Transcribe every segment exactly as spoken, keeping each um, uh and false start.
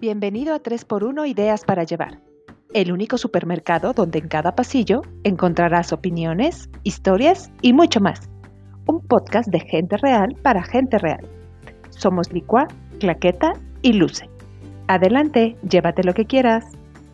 Bienvenido a tres por uno Ideas para Llevar, el único supermercado donde en cada pasillo encontrarás opiniones, historias y mucho más. Un podcast de gente real para gente real. Somos Licua, Claqueta y Luce. Adelante, llévate lo que quieras.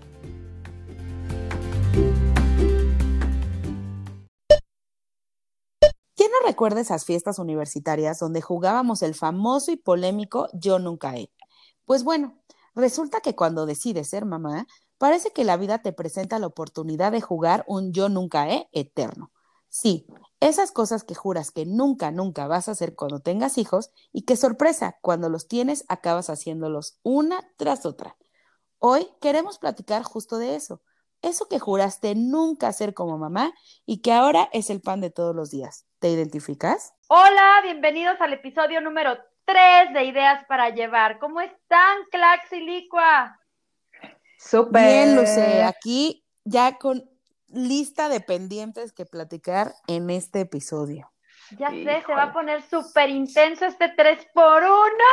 ¿Quién no recuerda esas fiestas universitarias donde jugábamos el famoso y polémico Yo Nunca He? Pues bueno, resulta que cuando decides ser mamá, parece que la vida te presenta la oportunidad de jugar un Yo Nunca He eterno. Sí, esas cosas que juras que nunca, nunca vas a hacer cuando tengas hijos y que sorpresa, cuando los tienes acabas haciéndolos una tras otra. Hoy queremos platicar justo de eso, eso que juraste nunca hacer como mamá y que ahora es el pan de todos los días. ¿Te identificas? Hola, bienvenidos al episodio número tres de Ideas para Llevar. ¿Cómo están, Clax y Licua? Súper. Bien, Luce, aquí ya con lista de pendientes que platicar en este episodio. Ya Híjole. sé, se va a poner súper intenso este tres por uno.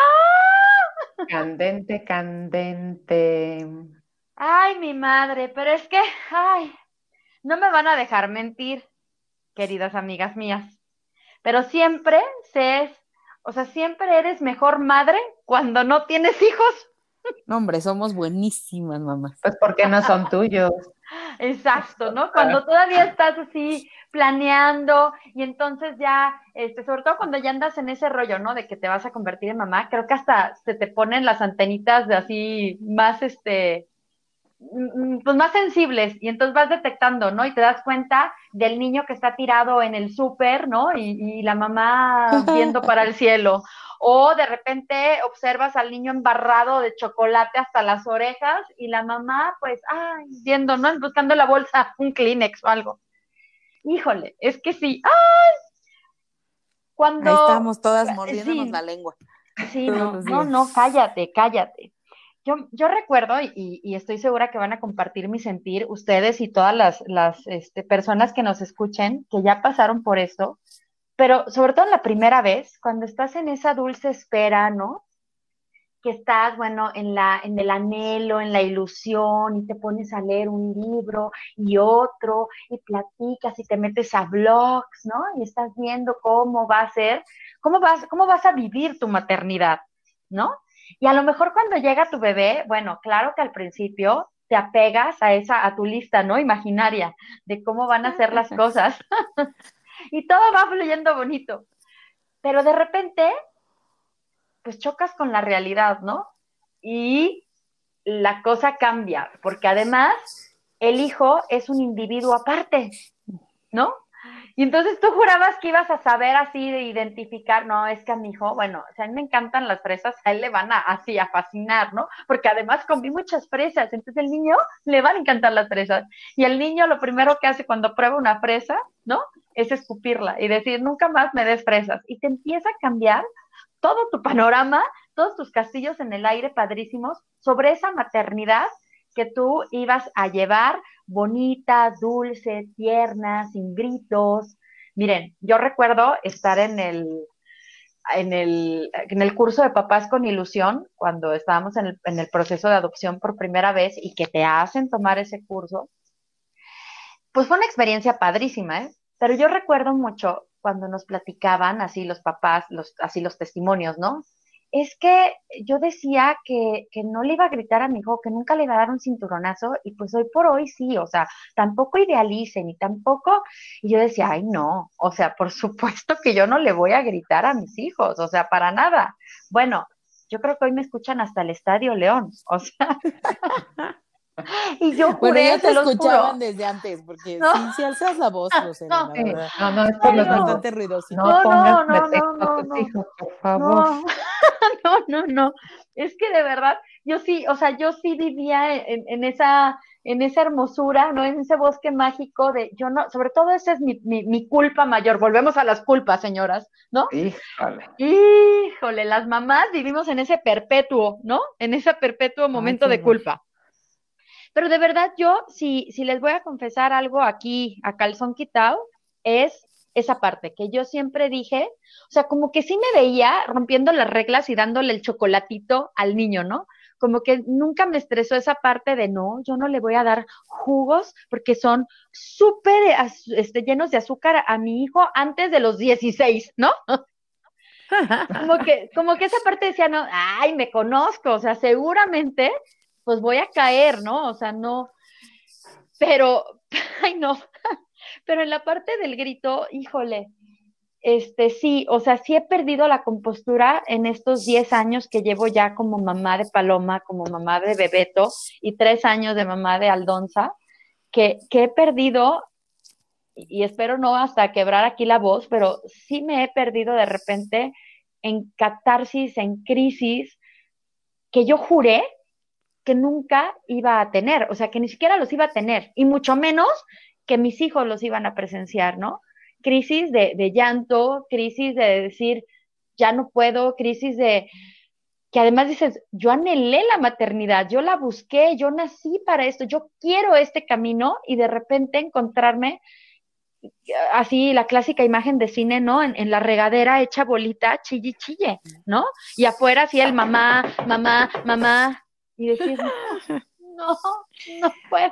Candente, candente. Ay, mi madre, pero es que, ay, no me van a dejar mentir, queridas amigas mías. Pero siempre se es, o sea, siempre eres mejor madre cuando no tienes hijos. No, hombre, somos buenísimas, mamás. Pues porque no son tuyos. Exacto, ¿no? Cuando todavía estás así planeando y entonces ya, este, sobre todo cuando ya andas en ese rollo, ¿no? De que te vas a convertir en mamá, creo que hasta se te ponen las antenitas de así más, este, pues más sensibles y entonces vas detectando, ¿no? Y te das cuenta del niño que está tirado en el súper, ¿no? Y, y la mamá viendo para el cielo. O de repente observas al niño embarrado de chocolate hasta las orejas y la mamá, pues, ay, viendo, ¿no? Buscando la bolsa, un Kleenex o algo. Híjole, es que sí. ¡Ay! Cuando... Ahí estamos todas mordiéndonos sí. la lengua. Sí, no, no, no, cállate, cállate. Yo, yo recuerdo, y, y estoy segura que van a compartir mi sentir, ustedes y todas las, las este, personas que nos escuchen, que ya pasaron por esto, pero sobre todo la primera vez, cuando estás en esa dulce espera, ¿no? Que estás, bueno, en, la, en el anhelo, en la ilusión, y te pones a leer un libro y otro, y platicas y te metes a blogs, ¿no? Y estás viendo cómo va a ser, cómo vas, cómo vas a vivir tu maternidad, ¿no? Y a lo mejor cuando llega tu bebé, bueno, claro que al principio te apegas a esa, a tu lista, ¿no? Imaginaria, de cómo van a ser las cosas. Y todo va fluyendo bonito. Pero de repente, pues chocas con la realidad, ¿no? Y la cosa cambia, porque además el hijo es un individuo aparte, ¿no? Y entonces tú jurabas que ibas a saber así de identificar, no, es que a mi hijo, bueno, o sea, a mí me encantan las fresas, a él le van a, así a fascinar, ¿no? Porque además comí muchas fresas, entonces el niño le van a encantar las fresas. Y el niño lo primero que hace cuando prueba una fresa, ¿no? Es escupirla y decir, nunca más me des fresas. Y te empieza a cambiar todo tu panorama, todos tus castillos en el aire padrísimos sobre esa maternidad que tú ibas a llevar bonita, dulce, tierna, sin gritos. Miren, yo recuerdo estar en el, en el, en el curso de Papás con Ilusión, cuando estábamos en el, en el proceso de adopción por primera vez y que te hacen tomar ese curso. Pues fue una experiencia padrísima, ¿eh? Pero yo recuerdo mucho cuando nos platicaban así los papás, los, así los testimonios, ¿no? Es que yo decía que, que no le iba a gritar a mi hijo, que nunca le iba a dar un cinturonazo, y pues hoy por hoy sí, o sea, tampoco idealicen y tampoco, y yo decía, ay no, o sea, por supuesto que yo no le voy a gritar a mis hijos, o sea, para nada. Bueno, yo creo que hoy me escuchan hasta el Estadio León, o sea... Y yo juré, bueno, ya te se los escuchaban juro. desde antes, porque No. sí, sí alzas la voz, Lucero, No, la Sí, verdad. no, no, es Sí, por es los bastante ruidosito. No, No, pongas no, no, pretexto no, a no, tus no. hijos, por favor. No, no, no, no. Es que de verdad, yo sí, o sea, yo sí vivía en, en esa, en esa hermosura, ¿no? En ese bosque mágico de, yo no, sobre todo esa es mi, mi, mi culpa mayor. Volvemos a las culpas, señoras, ¿no? Híjole. Híjole, las mamás vivimos en ese perpetuo, ¿no? En ese perpetuo momento Ay, de culpa. Pero de verdad yo, si, si les voy a confesar algo aquí, a calzón quitado, es esa parte, que yo siempre dije, o sea, como que sí me veía rompiendo las reglas y dándole el chocolatito al niño, ¿no? como que nunca me estresó esa parte de no, yo no le voy a dar jugos porque son súper este, llenos de azúcar a mi hijo antes de los dieciséis, ¿no? Como que, como que esa parte decía, no, ay, me conozco, o sea, seguramente, pues voy a caer, ¿no? O sea, no, pero, ay, no, pero en la parte del grito, híjole, este, sí, o sea, sí he perdido la compostura en estos diez años que llevo ya como mamá de Paloma, como mamá de Bebeto, y tres años de mamá de Aldonza, que, que he perdido, y espero no hasta quebrar aquí la voz, pero sí me he perdido de repente en catarsis, en crisis, que yo juré que nunca iba a tener, o sea, que ni siquiera los iba a tener, y mucho menos que mis hijos los iban a presenciar, ¿no? Crisis de, de llanto, crisis de decir, ya no puedo, crisis de que además dices, yo anhelé la maternidad, yo la busqué, yo nací para esto, yo quiero este camino y de repente encontrarme así la clásica imagen de cine, ¿no? En, en la regadera hecha bolita, chille, chille, ¿no? Y afuera así el mamá, mamá, mamá, y decir, no, no, no puedo.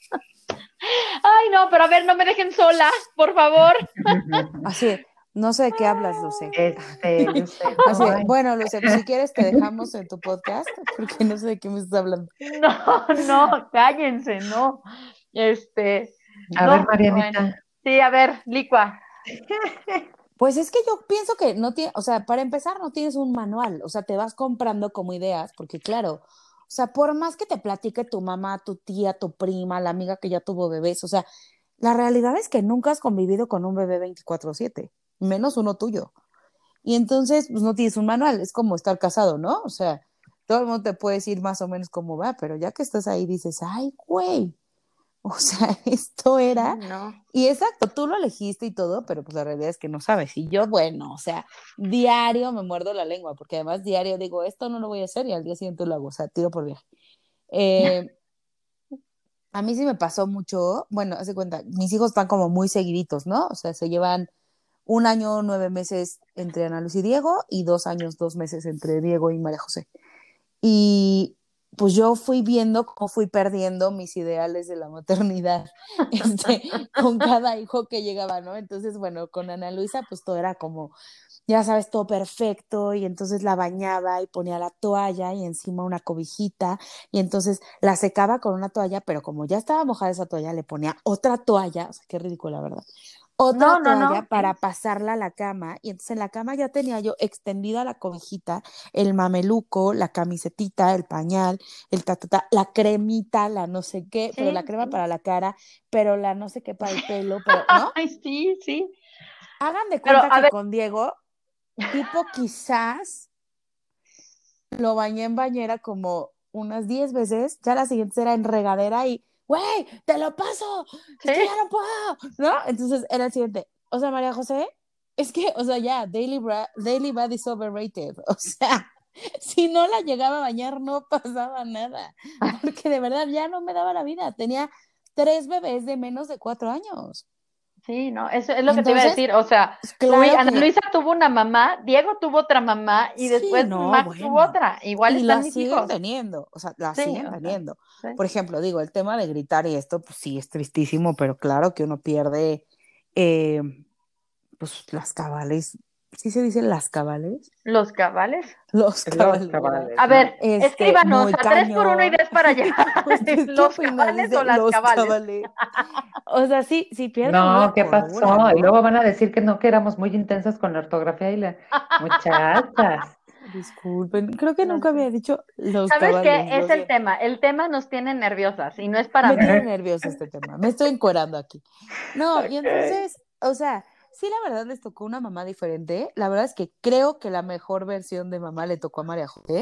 Ay, no, pero a ver, no me dejen sola, por favor. Así, no sé de qué hablas, Luce. Este, Luce, Así, ay, bueno, Luce, pues si quieres te dejamos en tu podcast, porque no sé de qué me estás hablando. No, no, cállense, no. Este, a no, ver, Marianita. bueno. Sí, a ver, Licua. Pues es que yo pienso que no tiene, o sea, para empezar no tienes un manual, o sea, te vas comprando como ideas, porque claro, o sea, por más que te platique tu mamá, tu tía, tu prima, la amiga que ya tuvo bebés, o sea, la realidad es que nunca has convivido con un bebé veinticuatro siete, menos uno tuyo. Y entonces, pues no tienes un manual, es como estar casado, ¿no? O sea, todo el mundo te puede decir más o menos cómo va, pero ya que estás ahí dices, ay, güey, o sea, esto era, No. y exacto, tú lo elegiste y todo, pero pues la realidad es que no sabes. Y yo, bueno, o sea, diario me muerdo la lengua, porque además diario digo, esto no lo voy a hacer y al día siguiente lo hago, o sea, tiro por viaje. Eh, a mí sí me pasó mucho, bueno, hace cuenta, mis hijos están como muy seguiditos, ¿no? O sea, se llevan un año, nueve meses entre Ana Luz y Diego y dos años, dos meses entre Diego y María José. Y pues yo fui viendo cómo fui perdiendo mis ideales de la maternidad este, con cada hijo que llegaba, ¿no? Entonces, bueno, con Ana Luisa, pues todo era como, ya sabes, todo perfecto, y entonces la bañaba y ponía la toalla y encima una cobijita, y entonces la secaba con una toalla, pero como ya estaba mojada esa toalla, le ponía otra toalla, o sea, qué ridícula, ¿verdad? Otra No, no, toalla no. para pasarla a la cama, y entonces en la cama ya tenía yo extendida la cobijita, el mameluco, la camisetita, el pañal, el tatata, la cremita, la no sé qué, pero Sí, la crema sí. para la cara, pero la no sé qué para el pelo, pero, ¿no? Ay, sí, sí. Hagan de Pero, cuenta a que ver, con Diego, tipo quizás lo bañé en bañera como unas diez veces, ya la siguiente era en regadera y, güey, te lo paso, es sí. que ya no puedo, ¿no? Entonces era el siguiente, o sea, María José, es que, o sea, ya, daily, bra- daily bad is overrated, o sea, si no la llegaba a bañar no pasaba nada, porque de verdad ya no me daba la vida, tenía tres bebés de menos de cuatro años. Sí, no, eso es lo que te iba a Entonces, decir. O sea, pues tú y claro Ana que Luisa tuvo una mamá, Diego tuvo otra mamá y sí, después no, Max tuvo bueno. otra. Igual Y están la mis siguen hijos. teniendo, o sea, la Sí, siguen o sea, teniendo. sí. Por ejemplo, digo, el tema de gritar y esto, pues sí, es tristísimo, pero claro que uno pierde, eh, pues las cabales, ¿sí se dicen las cabales? Los cabales. Los Los cabales, ¿verdad? cabales, A ¿no? ver, Este, escríbanos muy a tres por uno y cañón. des para allá. ¿Usted qué ¿Los opina? cabales Dice o las los cabales? cabales. O sea, sí, sí pierde uno No, la ¿qué cordura, pasó? Y ¿no? luego van a decir que no, que éramos muy intensas con la ortografía y la muchachas. Disculpen, creo que Los nunca ca- había dicho los ¿Sabes qué? cabales, Es lo el siento. tema. El tema nos tiene nerviosas y no es para Me tiene menos. nervioso este tema, me estoy encuerando aquí. No, y Ok. entonces, o sea, sí, la verdad les tocó una mamá diferente. La verdad es que creo que la mejor versión de mamá le tocó a María José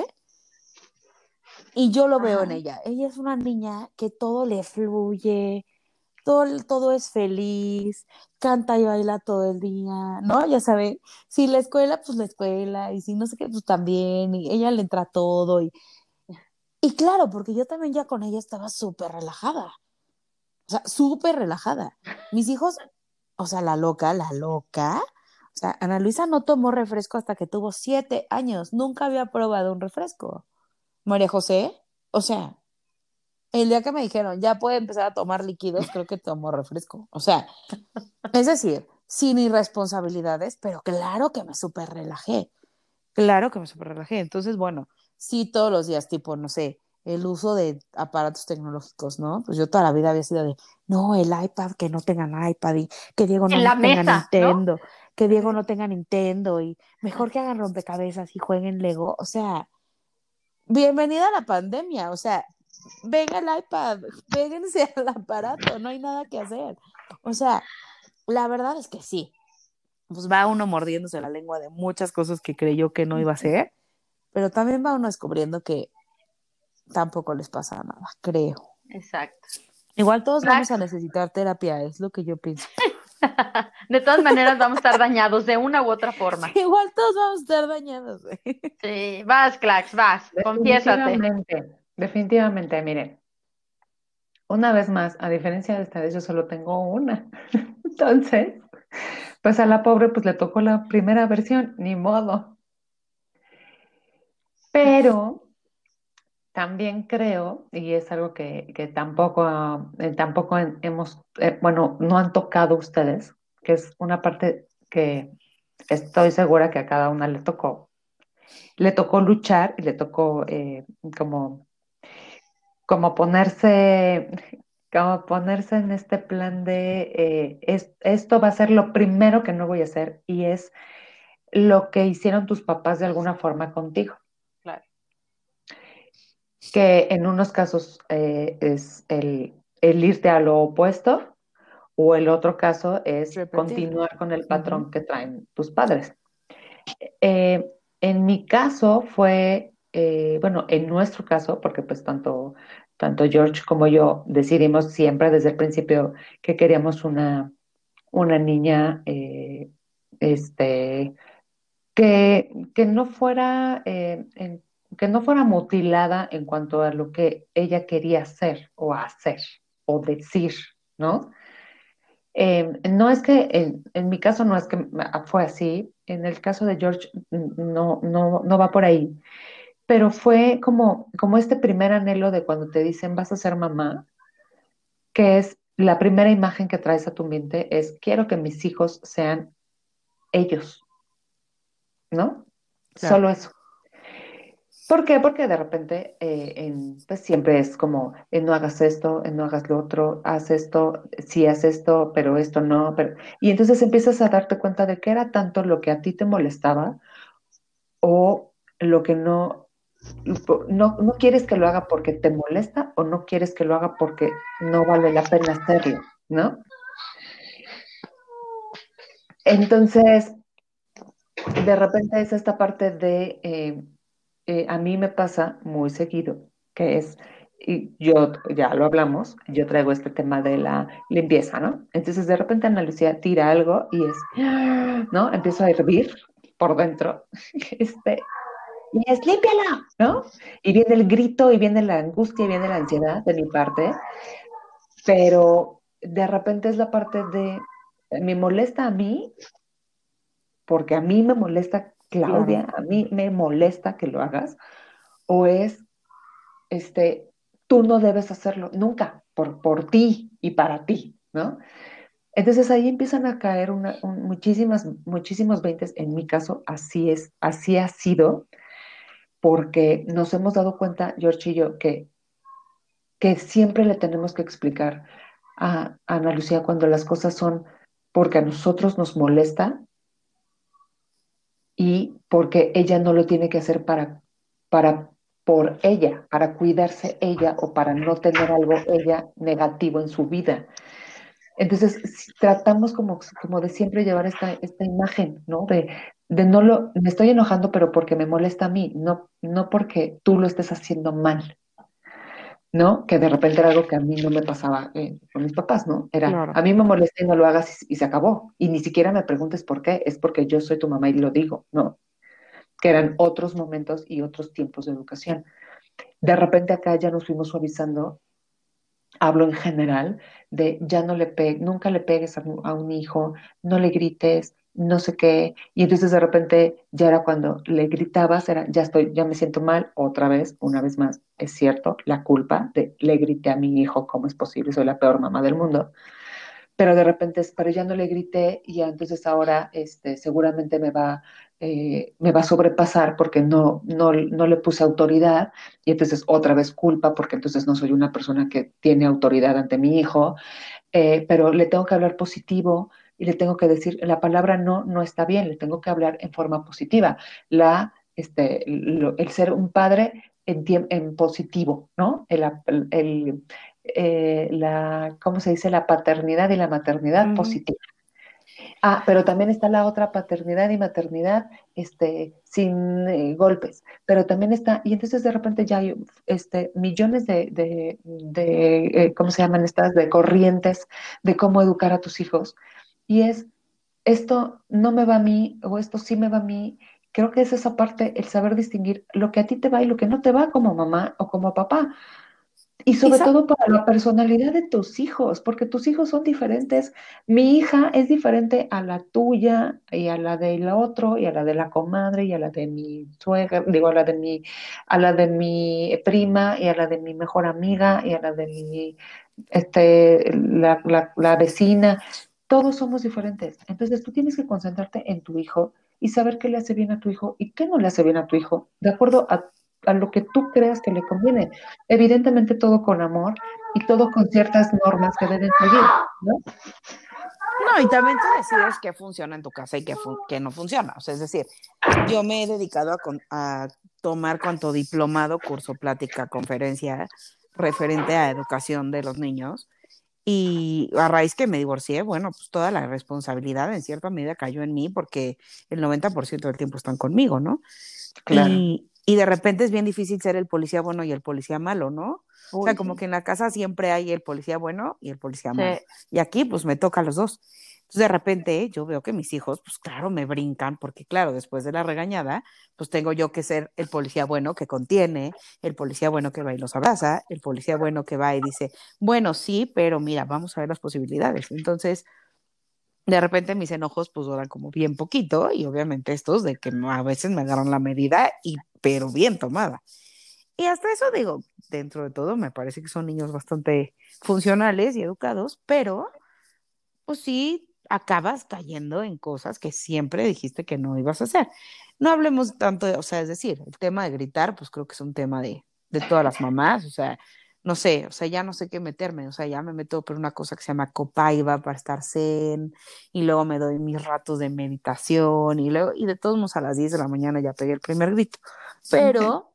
y yo lo veo en Ajá. ella. Ella es una niña que todo le fluye, todo, todo es feliz, canta y baila todo el día, ¿no? Ya saben, si la escuela, pues la escuela, y si no sé qué, pues también, y ella le entra todo. Y, y claro, porque yo también ya con ella estaba súper relajada. O sea, súper relajada. Mis hijos, o sea, la loca, la loca. O sea, Ana Luisa no tomó refresco hasta que tuvo siete años. Nunca había probado un refresco. María José, O sea, el día que me dijeron, ya puede empezar a tomar líquidos, creo que tomo refresco. O sea, es decir, sin irresponsabilidades, pero claro que me súper relajé. Claro que me súper relajé. Entonces, bueno, sí, todos los días, tipo, no sé, el uso de aparatos tecnológicos, ¿no? Pues yo toda la vida había sido de, no, el iPad, que no tengan iPad y que Diego En no la tenga mesa, ¿no? Nintendo, que Diego no tenga Nintendo y mejor que hagan rompecabezas y jueguen Lego. O sea, bienvenida a la pandemia. O sea, venga el iPad, péguense al aparato, no hay nada que hacer. O sea, la verdad es que sí. Pues va uno mordiéndose la lengua de muchas cosas que creyó que no iba a hacer, pero también va uno descubriendo que tampoco les pasa nada, creo. Exacto. Igual todos vamos a Max, necesitar terapia, es lo que yo pienso. de todas maneras vamos a estar dañados de una u otra forma. Igual todos vamos a estar dañados, güey. Sí, vas, Clax, vas, confiésate. Definitivamente, definitivamente, miren, una vez más, a diferencia de ustedes, yo solo tengo una. Entonces, pues a la pobre pues le tocó la primera versión, ni modo. Pero también creo, y es algo que, que tampoco, ah, eh, tampoco en- hemos, eh, bueno, no han tocado ustedes, que es una parte que estoy segura que a cada una le tocó. Le tocó luchar y le tocó eh, como, como ponerse, como ponerse en este plan de eh, es- esto va a ser lo primero que no voy a hacer y es lo que hicieron tus papás de alguna forma contigo. Claro. Que en unos casos eh, es el, el irte a lo opuesto o el otro caso es Repetir. continuar con el Ujú. patrón que traen tus padres. Eh, en mi caso fue, eh, bueno, en nuestro caso, porque pues tanto, tanto George como yo decidimos siempre desde el principio que queríamos una, una niña eh, este, que, que no fuera, eh, en- que no fuera mutilada en cuanto a lo que ella quería hacer o hacer o decir, ¿no? Eh, no es que, en, en mi caso no es que fue así, en el caso de George no, no, no va por ahí, pero fue como, como este primer anhelo de cuando te dicen vas a ser mamá, que es la primera imagen que traes a tu mente es quiero que mis hijos sean ellos, ¿no? Claro. Solo eso. ¿Por qué? Porque de repente eh, en- pues siempre es como, eh, no hagas esto, eh, no hagas lo otro, haz esto, sí haz esto, pero esto no, pero... Y entonces empiezas a darte cuenta de que era tanto lo que a ti te molestaba o lo que no, no, no quieres que lo haga porque te molesta o no quieres que lo haga porque no vale la pena hacerlo, ¿no? Entonces, de repente es esta parte de, eh, eh, a mí me pasa muy seguido, que es, y yo ya lo hablamos, yo traigo este tema de la limpieza, ¿no? Entonces de repente Ana Lucía tira algo y es, ¿no? Empiezo a hervir por dentro, este, y es, límpiala, ¿no? Y viene el grito y viene la angustia y viene la ansiedad de mi parte, pero de repente es la parte de, me molesta a mí porque a mí me molesta Claro. Claudia, a mí me molesta que lo hagas, o es, este, tú no debes hacerlo nunca, por, por ti y para ti, ¿no? Entonces ahí empiezan a caer una, un- muchísimas, muchísimos veintes, en mi caso así es, así ha sido, porque nos hemos dado cuenta, George y yo, que, que siempre le tenemos que explicar a, a Ana Lucía cuando las cosas son porque a nosotros nos molesta y porque ella no lo tiene que hacer para, para por ella, para cuidarse ella o para no tener algo ella negativo en su vida. Entonces, si tratamos como, como de siempre llevar esta, esta imagen, ¿no? De, de no lo, me estoy enojando, pero porque me molesta a mí, no, no porque tú lo estés haciendo mal, ¿no? Que de repente era algo que a mí no me pasaba eh, con mis papás, ¿no? Era, Claro. a mí me molesta y no lo hagas y, y se acabó. Y ni siquiera me preguntes por qué, es porque yo soy tu mamá y lo digo, ¿no? Que eran otros momentos y otros tiempos de educación. De repente acá ya nos fuimos suavizando, hablo en general, de ya no le pegues, nunca le pegues a un, a un hijo, no le grites, no sé qué, y entonces de repente ya era cuando le gritabas, era, ya estoy, ya me siento mal, otra vez, una vez más, es cierto, la culpa de le grité a mi hijo, ¿cómo es posible? Soy la peor mamá del mundo, pero de repente es, pero ya no le grité y ya entonces ahora este, seguramente me va, eh, me va a sobrepasar porque no, no, no le puse autoridad y entonces otra vez culpa porque entonces no soy una persona que tiene autoridad ante mi hijo, eh, pero le tengo que hablar positivo y le tengo que decir, la palabra no no está bien, le tengo que hablar en forma positiva. La, este, lo- el ser un padre en, tiemp- en positivo, ¿no? El, el- el, eh, la, ¿cómo se dice? La paternidad y la maternidad Ujú. positiva. Ah, pero también está la otra paternidad y maternidad, este, sin eh, golpes, pero también está, y entonces de repente ya hay este, millones de, de, de, eh, ¿cómo se llaman estas? De corrientes de cómo educar a tus hijos. Y es, esto no me va a mí, o esto sí me va a mí. Creo que es esa parte, el saber distinguir lo que a ti te va y lo que no te va como mamá o como papá. Y Y sobre sa- todo para la personalidad de tus hijos, porque tus hijos son diferentes. Mi hija es diferente a la tuya y a la del otro y a la de la comadre y a la de mi suegra, digo, a la de mi, a la de mi prima y a la de mi mejor amiga y a la de mi, este, la, la, la vecina. Todos somos diferentes. Entonces tú tienes que concentrarte en tu hijo y saber qué le hace bien a tu hijo y qué no le hace bien a tu hijo, de acuerdo a, a lo que tú creas que le conviene. Evidentemente todo con amor y todo con ciertas normas que deben seguir, ¿no? no, y también tú decides qué funciona en tu casa y qué, fu- qué no funciona. O sea, es decir, yo me he dedicado a, con- a tomar cuanto diplomado, curso, plática, conferencia referente a educación de los niños. Y a raíz que me divorcié, bueno, pues toda la responsabilidad en cierta medida cayó en mí porque el noventa por ciento del tiempo están conmigo, ¿no? Claro. Y, y de repente es bien difícil ser el policía bueno y el policía malo, ¿no? O sea, Uy, como sí. que en la casa siempre hay el policía bueno y el policía Sí. malo. Y aquí pues me toca a los dos. Entonces de repente yo veo que mis hijos, pues claro, me brincan, porque claro, después de la regañada, pues tengo yo que ser el policía bueno que contiene, el policía bueno que va y los abraza, el policía bueno que va y dice, bueno, sí, pero mira, vamos a ver las posibilidades. Entonces, de repente mis enojos pues duran como bien poquito y obviamente estos de que a veces me agarran la medida y pero bien tomada. Y hasta eso digo, dentro de todo me parece que son niños bastante funcionales y educados, pero pues sí acabas cayendo en cosas que siempre dijiste que no ibas a hacer. No hablemos tanto de, o sea, es decir, el tema de gritar, pues creo que es un tema de, de todas las mamás, o sea, no sé, o sea, ya no sé qué meterme, o sea, ya me meto por una cosa que se llama copaiba para estar zen, y luego me doy mis ratos de meditación, y luego, y de todos modos a las diez de la mañana ya pegué el primer grito. Pero,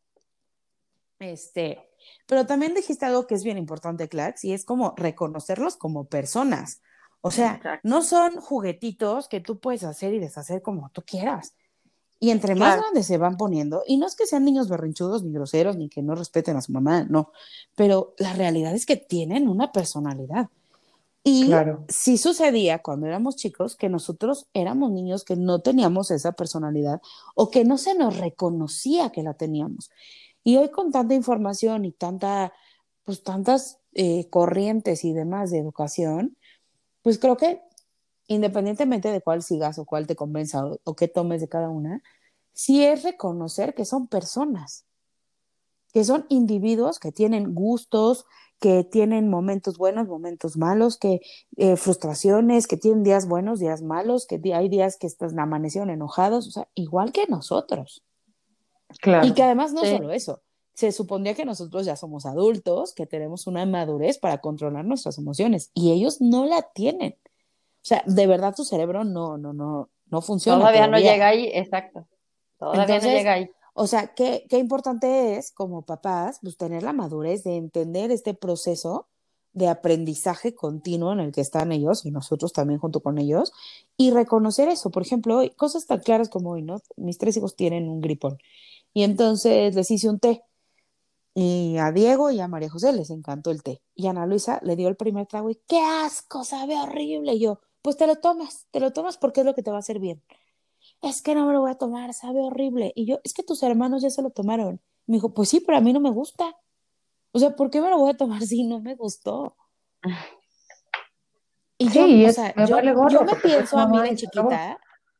este, pero también dijiste algo que es bien importante, Clax, y es como reconocerlos como personas. O sea, Exacto. no son juguetitos que tú puedes hacer y deshacer como tú quieras. Y entre más Claro. grandes se van poniendo, y no es que sean niños berrinchudos, ni groseros, ni que no respeten a su mamá, no, pero la realidad es que tienen una personalidad. Y Claro. sí sucedía cuando éramos chicos que nosotros éramos niños que no teníamos esa personalidad o que no se nos reconocía que la teníamos. Y hoy con tanta información y tanta, pues tantas eh, corrientes y demás de educación, pues creo que independientemente de cuál sigas o cuál te convenza o, o qué tomes de cada una, sí es reconocer que son personas, que son individuos que tienen gustos, que tienen momentos buenos, momentos malos, que eh, frustraciones, que tienen días buenos, días malos, que hay días que están amanecieron enojados, o sea, igual que nosotros. Y que Claro. además no Sí. solo eso, se supondría que nosotros ya somos adultos, que tenemos una madurez para controlar nuestras emociones y ellos no la tienen. O sea, de verdad tu cerebro no, no, no, no funciona Todavía no todavía. llega ahí, exacto. Todavía no Entonces, llega ahí. o sea, qué, qué importante es como papás, pues tener la madurez de entender este proceso de aprendizaje continuo en el que están ellos y nosotros también junto con ellos y reconocer eso. Por ejemplo, hoy, cosas tan claras como hoy, ¿no? Mis tres hijos tienen un gripón y entonces les hice un té y a Diego y a María José les encantó el té y a Ana Luisa le dio el primer trago y qué asco, sabe horrible. Y yo, pues te lo tomas, te lo tomas porque es lo que te va a hacer bien. Es que no me lo voy a tomar, sabe horrible. Y yo, es que tus hermanos ya se lo tomaron. Me dijo, pues sí, pero a mí no me gusta. O sea, ¿por qué me lo voy a tomar si no me gustó? Y yo, Sí, o es, sea, me yo, vale yo gorro me porque soy pienso a mí mamá de y se acabó. chiquita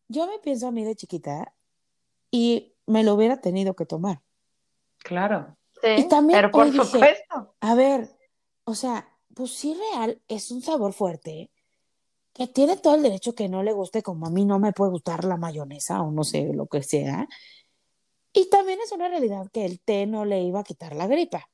yo me pienso a mí de chiquita y me lo hubiera tenido que tomar. Claro. Y Sí, también pero hoy por dije, supuesto. a ver, o sea, pues sí real, es un sabor fuerte, que tiene todo el derecho que no le guste, como a mí no me puede gustar la mayonesa o no sé, lo que sea. Y también es una realidad que el té no le iba a quitar la gripa.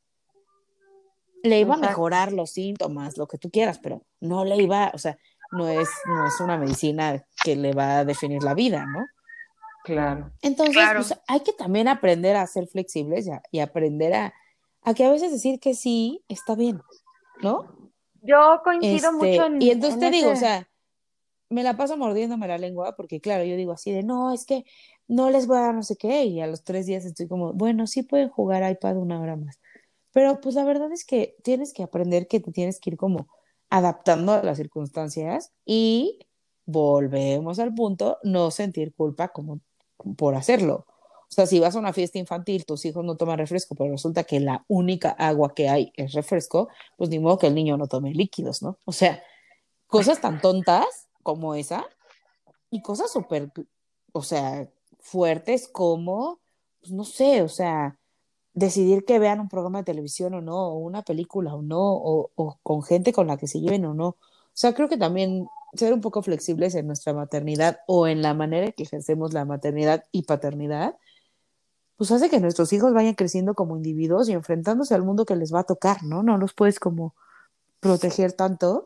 Le iba a Exacto. mejorar los síntomas, lo que tú quieras, pero no le iba, o sea, no es, no es una medicina que le va a definir la vida, ¿no? Claro. Entonces, pues Claro. hay que también aprender a ser flexibles y, a, y aprender a, a que a veces decir que sí está bien, ¿no? Yo coincido mucho Este, y en, entonces en te digo, o ese. sea, me la paso mordiéndome la lengua porque, claro, yo digo así de, no, es que no les voy a dar no sé qué, y a los tres días estoy como, bueno, sí pueden jugar iPad una hora más. Pero pues la verdad es que tienes que aprender que te tienes que ir como adaptando a las circunstancias y volvemos al punto, no sentir culpa como por hacerlo. O sea, si vas a una fiesta infantil, tus hijos no toman refresco, pero resulta que la única agua que hay es refresco, pues ni modo que el niño no tome líquidos, ¿no? O sea, cosas tan tontas como esa y cosas súper, o sea, fuertes como, pues no sé, o sea, decidir que vean un programa de televisión o no, o una película o no, o, o con gente con la que se lleven o no. O sea, creo que también ser un poco flexibles en nuestra maternidad o en la manera en que ejercemos la maternidad y paternidad, pues hace que nuestros hijos vayan creciendo como individuos y enfrentándose al mundo que les va a tocar, ¿no? No los puedes como proteger tanto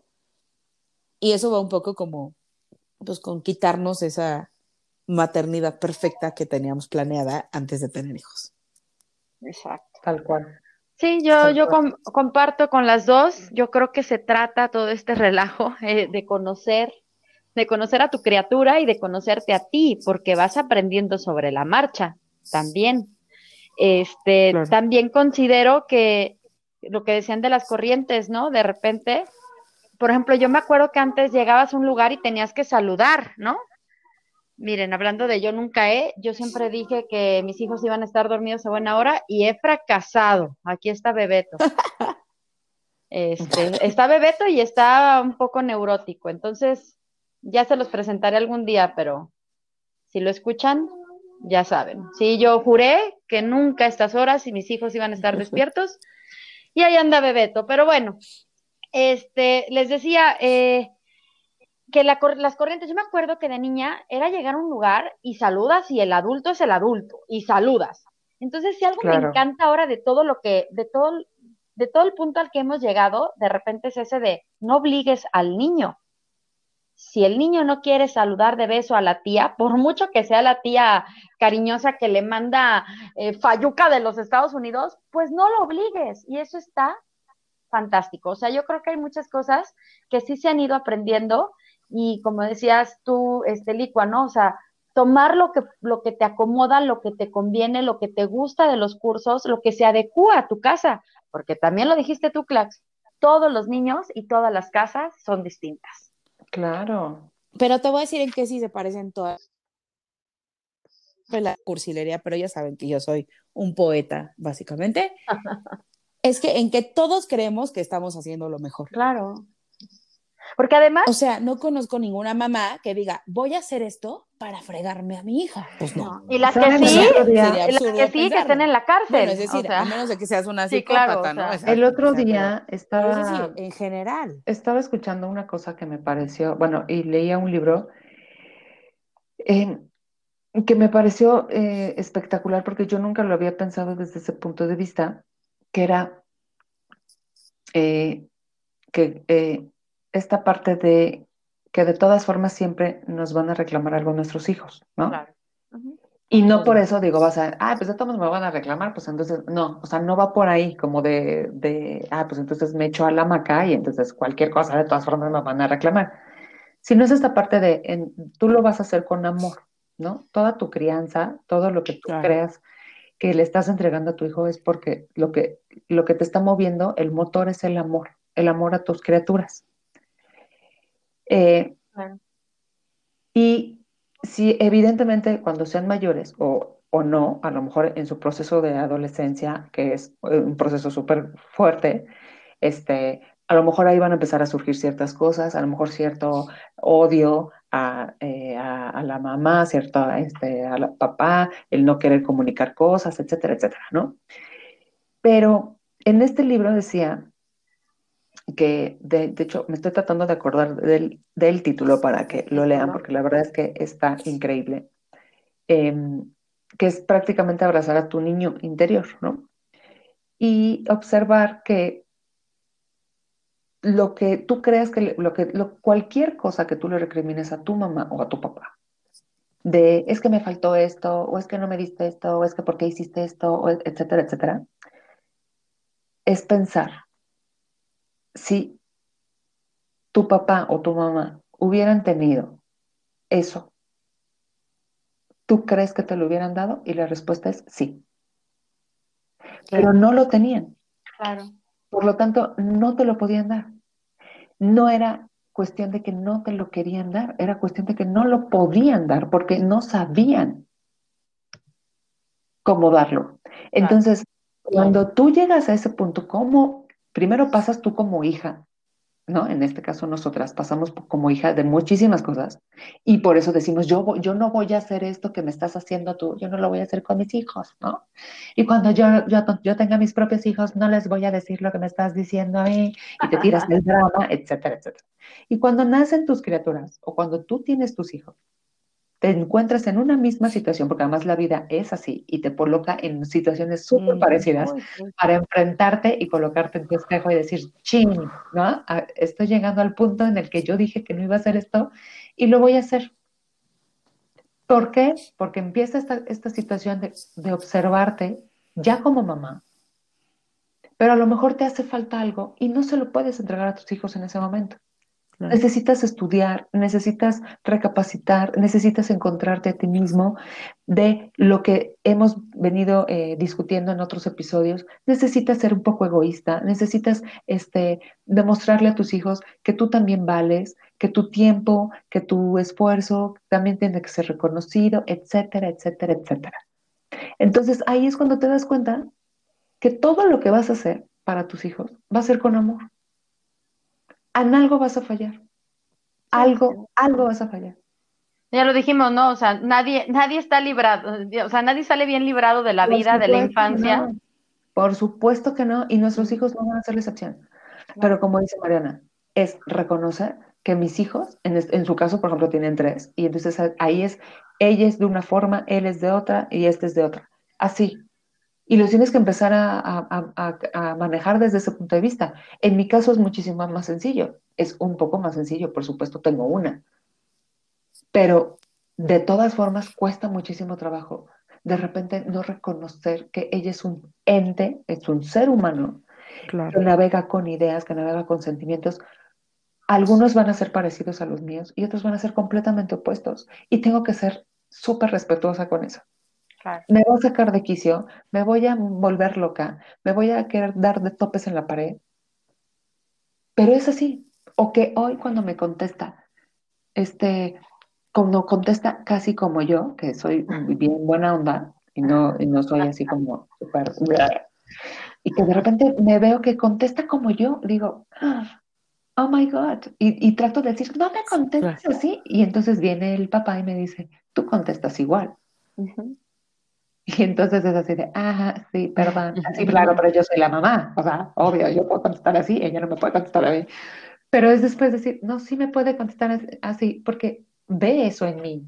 y eso va un poco como, pues con quitarnos esa maternidad perfecta que teníamos planeada antes de tener hijos. Exacto. Tal cual. Sí, yo, Tal yo cual. com- comparto con las dos. Yo creo que se trata todo este relajo eh, de conocer, de conocer a tu criatura y de conocerte a ti, porque vas aprendiendo sobre la marcha también. Este, Claro. también considero que lo que decían de las corrientes, ¿no? De repente, por ejemplo, yo me acuerdo que antes llegabas a un lugar y tenías que saludar, ¿no? Miren, hablando de yo nunca he, yo siempre dije que mis hijos iban a estar dormidos a buena hora y he fracasado. Aquí está Bebeto. Este, está Bebeto y está un poco neurótico, entonces ya se los presentaré algún día, pero si lo escuchan, ya saben. Sí, yo juré que nunca a estas horas y mis hijos iban a estar despiertos y ahí anda Bebeto, pero bueno, este, les decía eh, que la, las corrientes, yo me acuerdo que de niña era llegar a un lugar y saludas y el adulto es el adulto y saludas. Entonces, si algo me Claro. encanta ahora de todo lo que, de todo, de todo el punto al que hemos llegado, de repente es ese de no obligues al niño. Si el niño no quiere saludar de beso a la tía, por mucho que sea la tía cariñosa que le manda eh, Fayuca de los Estados Unidos, pues no lo obligues. Y eso está fantástico. O sea, yo creo que hay muchas cosas que sí se han ido aprendiendo y como decías tú, este Licua, ¿no? O sea, tomar lo que, lo que te acomoda, lo que te conviene, lo que te gusta de los cursos, lo que se adecua a tu casa, porque también lo dijiste tú, Clax, todos los niños y todas las casas son distintas. Claro. Pero te voy a decir en qué sí se parecen todas la cursilería, pero ya saben que yo soy un poeta, básicamente. Es que en que todos creemos que estamos haciendo lo mejor. Claro. Porque además, O sea, no conozco ninguna mamá que diga, voy a hacer esto para fregarme a mi hija. Pues no. no. Y las que ¿Saben? O El sí, sea, otro sería día, y las que absurdo sí, que estén pensarlo. en la Bueno, es cárcel, o decir, a sea, menos de que seas una sí, claro, o psicópata, ¿no? sea, el Exacto. O otro sea, pero, día pero es decir, estaba, en general. estaba escuchando una cosa que me pareció, bueno, y leía un libro eh, que me pareció eh, espectacular porque yo nunca lo había pensado desde ese punto de vista, que era eh, que eh, esta parte de que de todas formas siempre nos van a reclamar algo nuestros hijos, ¿no? claro. Uh-huh. Y no por Obvio. eso digo, vas a, ah, pues de todos me van a reclamar, pues entonces, no, o sea, no va por ahí como de, de, ah, pues entonces me echo a la hamaca y entonces cualquier cosa de todas formas me van a reclamar. Sino es esta parte de, en, tú lo vas a hacer con amor, ¿no? Toda tu crianza, todo lo que tú Claro. creas que le estás entregando a tu hijo es porque lo que, lo que te está moviendo, el motor es el amor, el amor a tus criaturas. Eh, Claro. y si evidentemente cuando sean mayores o, o no, a lo mejor en su proceso de adolescencia, que es eh, un proceso súper fuerte, este, a lo mejor ahí van a empezar a surgir ciertas cosas, a lo mejor cierto odio a, eh, este, a, a la mamá, ¿cierto? Este, a la papá, el no querer comunicar cosas, etcétera, etcétera, ¿no? Pero en este libro decía que, de, de hecho, me estoy tratando de acordar del, del título para que lo lean, porque la verdad es que está increíble, eh, que es prácticamente abrazar a tu niño interior, ¿no? Y observar que lo que tú creas que, le- lo que lo, cualquier cosa que tú le recrimines a tu mamá o a tu papá, de es que me faltó esto, o es que no me diste esto, o es que por qué hiciste esto, o et- etcétera, etcétera, es pensar, si tu papá o tu mamá hubieran tenido eso, ¿tú crees que te lo hubieran dado? Y la respuesta es sí, pero no lo tenían, Claro, por lo tanto, no te lo podían dar. No era cuestión de que no te lo querían dar, era cuestión de que no lo podían dar porque no sabían cómo darlo. claro. Entonces, cuando tú llegas a ese punto, ¿cómo? Primero pasas tú como hija, ¿no? En este caso nosotras pasamos como hija de muchísimas cosas y por eso decimos, yo, voy- yo no voy a hacer esto que me estás haciendo tú, yo no lo voy a hacer con mis hijos, ¿no? Y cuando yo, yo, yo tenga mis propios hijos, no les voy a decir lo que me estás diciendo a mí y te tiras el drama, etcétera, etcétera. Y cuando nacen tus criaturas o cuando tú tienes tus hijos, te encuentras en una misma situación, porque además la vida es así y te coloca en situaciones súper Mm, parecidas Uy, sí. para enfrentarte y colocarte en tu espejo y decir, chin, ¿no? Ah, estoy llegando al punto en el que yo dije que no iba a hacer esto y lo voy a hacer. ¿Por qué? Porque empieza esta, esta situación de, de observarte ya como mamá, pero a lo mejor te hace falta algo y no se lo puedes entregar a tus hijos en ese momento. claro. Necesitas estudiar, necesitas recapacitar, necesitas encontrarte a ti mismo de lo que hemos venido eh, discutiendo en otros episodios. Necesitas ser un poco egoísta, necesitas este, demostrarle a tus hijos que tú también vales, que tu tiempo, que tu esfuerzo también tiene que ser reconocido, etcétera, etcétera, etcétera. Entonces ahí es cuando te das cuenta que todo lo que vas a hacer para tus hijos va a ser con amor. En algo vas a fallar. Sí. Algo, algo vas a fallar. Ya lo dijimos, ¿no? O sea, nadie, nadie está librado, o sea, nadie sale bien librado de la Por vida, de la supuesto que infancia. no, por supuesto que no, y nuestros Mm, hijos no van a ser la excepción. Pero claro. como dice Mariana, es reconocer que mis hijos, en, es- en su caso, por ejemplo, tienen tres, y entonces a- ahí es, ella es de una forma, él es de otra, y este es de otra. Así. Y los tienes que empezar a, a- a- a- a manejar desde ese punto de vista. En mi caso es muchísimo más sencillo, es un poco más sencillo, por supuesto, tengo una. Pero de todas formas cuesta muchísimo trabajo de repente no reconocer que ella es un ente, es un ser humano que Claro. navega con ideas, que navega con sentimientos. Algunos van a ser parecidos a los míos y otros van a ser completamente opuestos. Y tengo que ser súper respetuosa con eso. Claro. Me voy a sacar de quicio, me voy a volver loca, me voy a querer dar de topes en la pared, pero es así. O que hoy cuando me contesta, este, como contesta casi como yo, que soy bien buena onda y no, y no soy así como súper... Y que de repente me veo que contesta como yo, digo, "Ah, oh my God", y, y trato de decir, no me Claro. contestes así. Y entonces viene el papá y me dice, tú contestas igual. Ujú. Y entonces es así de, ah, sí, perdón. Sí, claro, pero yo soy la mamá. O sea, obvio, yo puedo contestar así, ella no me puede contestar a mí. Pero es después decir, no, sí me puede contestar as- así, porque ve eso en mí.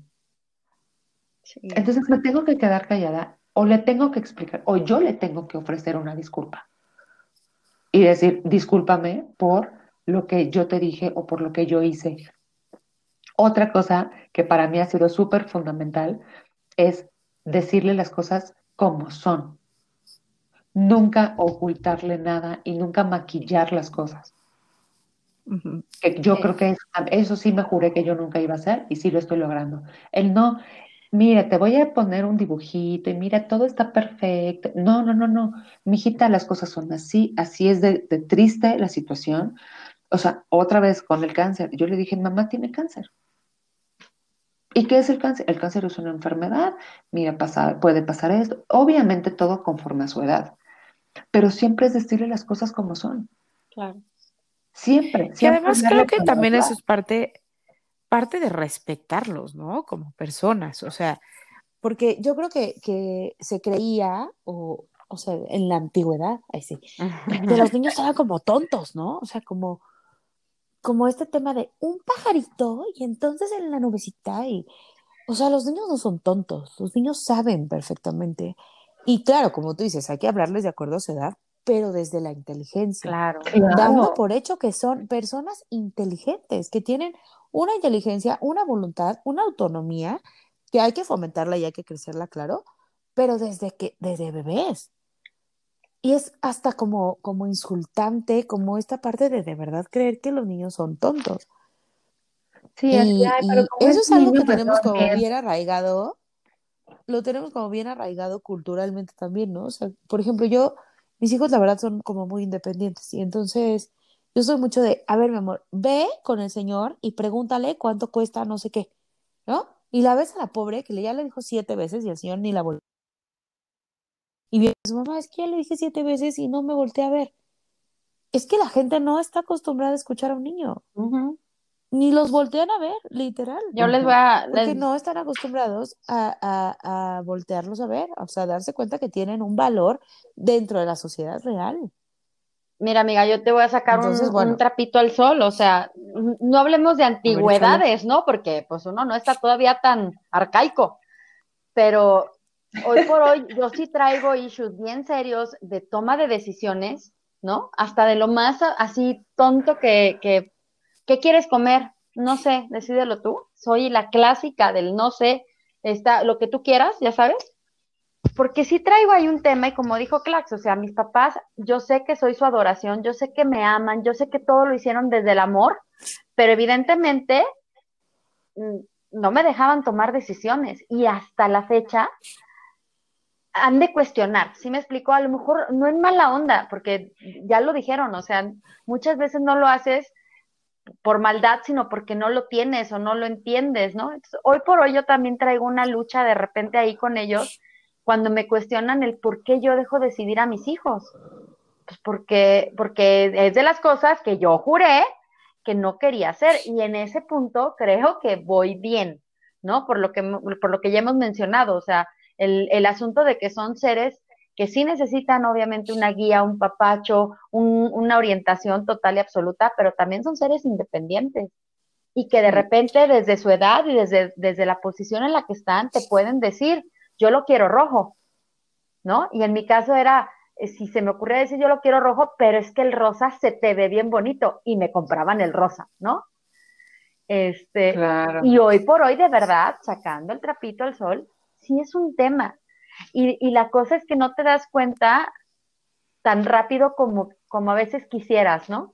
Sí. Entonces me tengo que quedar callada o le tengo que explicar o yo le tengo que ofrecer una disculpa y decir, discúlpame por lo que yo te dije o por lo que yo hice. Otra cosa que para mí ha sido súper fundamental es decirle las cosas como son, nunca ocultarle nada y nunca maquillar las cosas. Ujú. Que yo Sí. creo que eso, eso sí me juré que yo nunca iba a hacer y sí lo estoy logrando. El no, mira, te voy a poner un dibujito y mira, todo está perfecto. No, no, no, no. Mijita, las cosas son así, así es de, de triste la situación. O sea, otra vez con el cáncer. Yo le dije, mamá tiene cáncer. ¿Y qué es el cáncer? El cáncer es una enfermedad. Mira, pasa, puede pasar esto. Obviamente todo conforme a su edad, pero siempre es decirle las cosas como son. Claro. Siempre, Que siempre es además creo darle que con la también eso verdad. es parte parte de respetarlos, ¿no? Como personas, o sea, porque yo creo que, que se creía, o, o sea, en la antigüedad, ahí sí, que los niños eran como tontos, ¿no? O sea, como, como este tema de un pajarito y entonces en la nubecita y, o sea, los niños no son tontos, los niños saben perfectamente. Y claro, como tú dices, hay que hablarles de acuerdo a su edad, pero desde la inteligencia, Claro. dando Claro. por hecho que son personas inteligentes, que tienen una inteligencia, una voluntad, una autonomía, que hay que fomentarla y hay que crecerla, claro, pero desde que, desde bebés. Y es hasta como, como insultante, como esta parte de de verdad creer que los niños son tontos. Sí, así, Y, ay, pero y como eso es es algo niño, que pues no tenemos como entiendo. bien arraigado, lo tenemos como bien arraigado culturalmente también, ¿no? O sea, por ejemplo, yo, mis hijos la verdad son como muy independientes y entonces yo soy mucho de, a ver, mi amor, ve con el señor y pregúntale cuánto cuesta no sé qué, ¿no? Y la ves a la pobre que le- ya le dijo siete veces y el señor ni la volvió. Y viene su mamá, es que ya le dije siete veces y no me volteé a ver. Es que la gente no está acostumbrada a escuchar a un niño, Ujú. ni los voltean a ver, literal. Yo les voy Ujú. a, Porque les- no están acostumbrados a, a, a voltearlos a ver, o sea, a darse cuenta que tienen un valor dentro de la sociedad real. mira, amiga, yo te voy a sacar un, Entonces, un bueno, trapito al sol, o sea, n- no hablemos de a ver, échale. antigüedades, ¿no? Porque pues uno no está todavía tan arcaico, pero hoy por hoy yo sí traigo issues bien serios de toma de decisiones, ¿no? Hasta de lo más a- así tonto que, que, ¿qué quieres comer? No sé, decídelo tú. Soy la clásica del no sé, está, lo que tú quieras, ya sabes. Porque sí traigo ahí un tema y como dijo Clax, o sea, mis papás, yo sé que soy su adoración, yo sé que me aman, yo sé que todo lo hicieron desde el amor, pero evidentemente mm, no me dejaban tomar decisiones y hasta la fecha han de cuestionar, ¿sí me explico? A lo mejor no en mala onda, porque ya lo dijeron, o sea, muchas veces no lo haces por maldad, sino porque no lo tienes o no lo entiendes, ¿no? Entonces, hoy por hoy yo también traigo una lucha de repente ahí con ellos cuando me cuestionan el por qué yo dejo decidir a mis hijos. Pues porque, porque es de las cosas que yo juré que no quería hacer y en ese punto creo que voy bien, ¿no? Por lo que, por lo que ya hemos mencionado, o sea, el, el asunto de que son seres que sí necesitan obviamente una guía, un papacho, un, una orientación total y absoluta, pero también son seres independientes y que de Sí. repente desde su edad y desde, desde la posición en la que están te pueden decir, yo lo quiero rojo, ¿no? Y en mi caso era, eh, si se me ocurría decir yo lo quiero rojo, pero es que el rosa se te ve bien bonito y me compraban el rosa, ¿no? Este, Claro. y hoy por hoy, de verdad, sacando el trapito al sol, sí es un tema. Y, y la cosa es que no te das cuenta tan rápido como, como a veces quisieras, ¿no?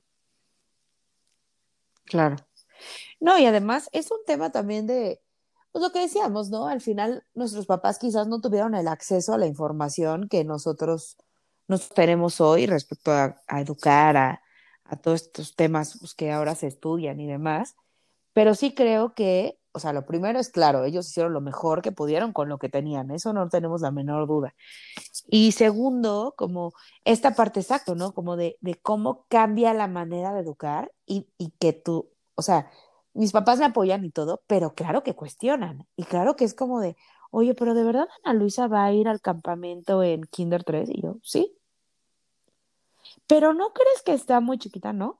Claro. No, y además es un tema también de, pues lo que decíamos, ¿no? Al final nuestros papás quizás no tuvieron el acceso a la información que nosotros nos tenemos hoy respecto a, a educar, a, a todos estos temas pues, que ahora se estudian y demás. Pero sí creo que, o sea, lo primero es claro, ellos hicieron lo mejor que pudieron con lo que tenían, eso no tenemos la menor duda. Y segundo, como esta parte exacto, ¿no? Como de, de cómo cambia la manera de educar y, y que tú, o sea, mis papás me apoyan y todo, pero claro que cuestionan. Y claro que es como de, oye, pero ¿de verdad Ana Luisa va a ir al campamento en Kinder tres? Y yo, sí. Pero ¿no crees que está muy chiquita, no?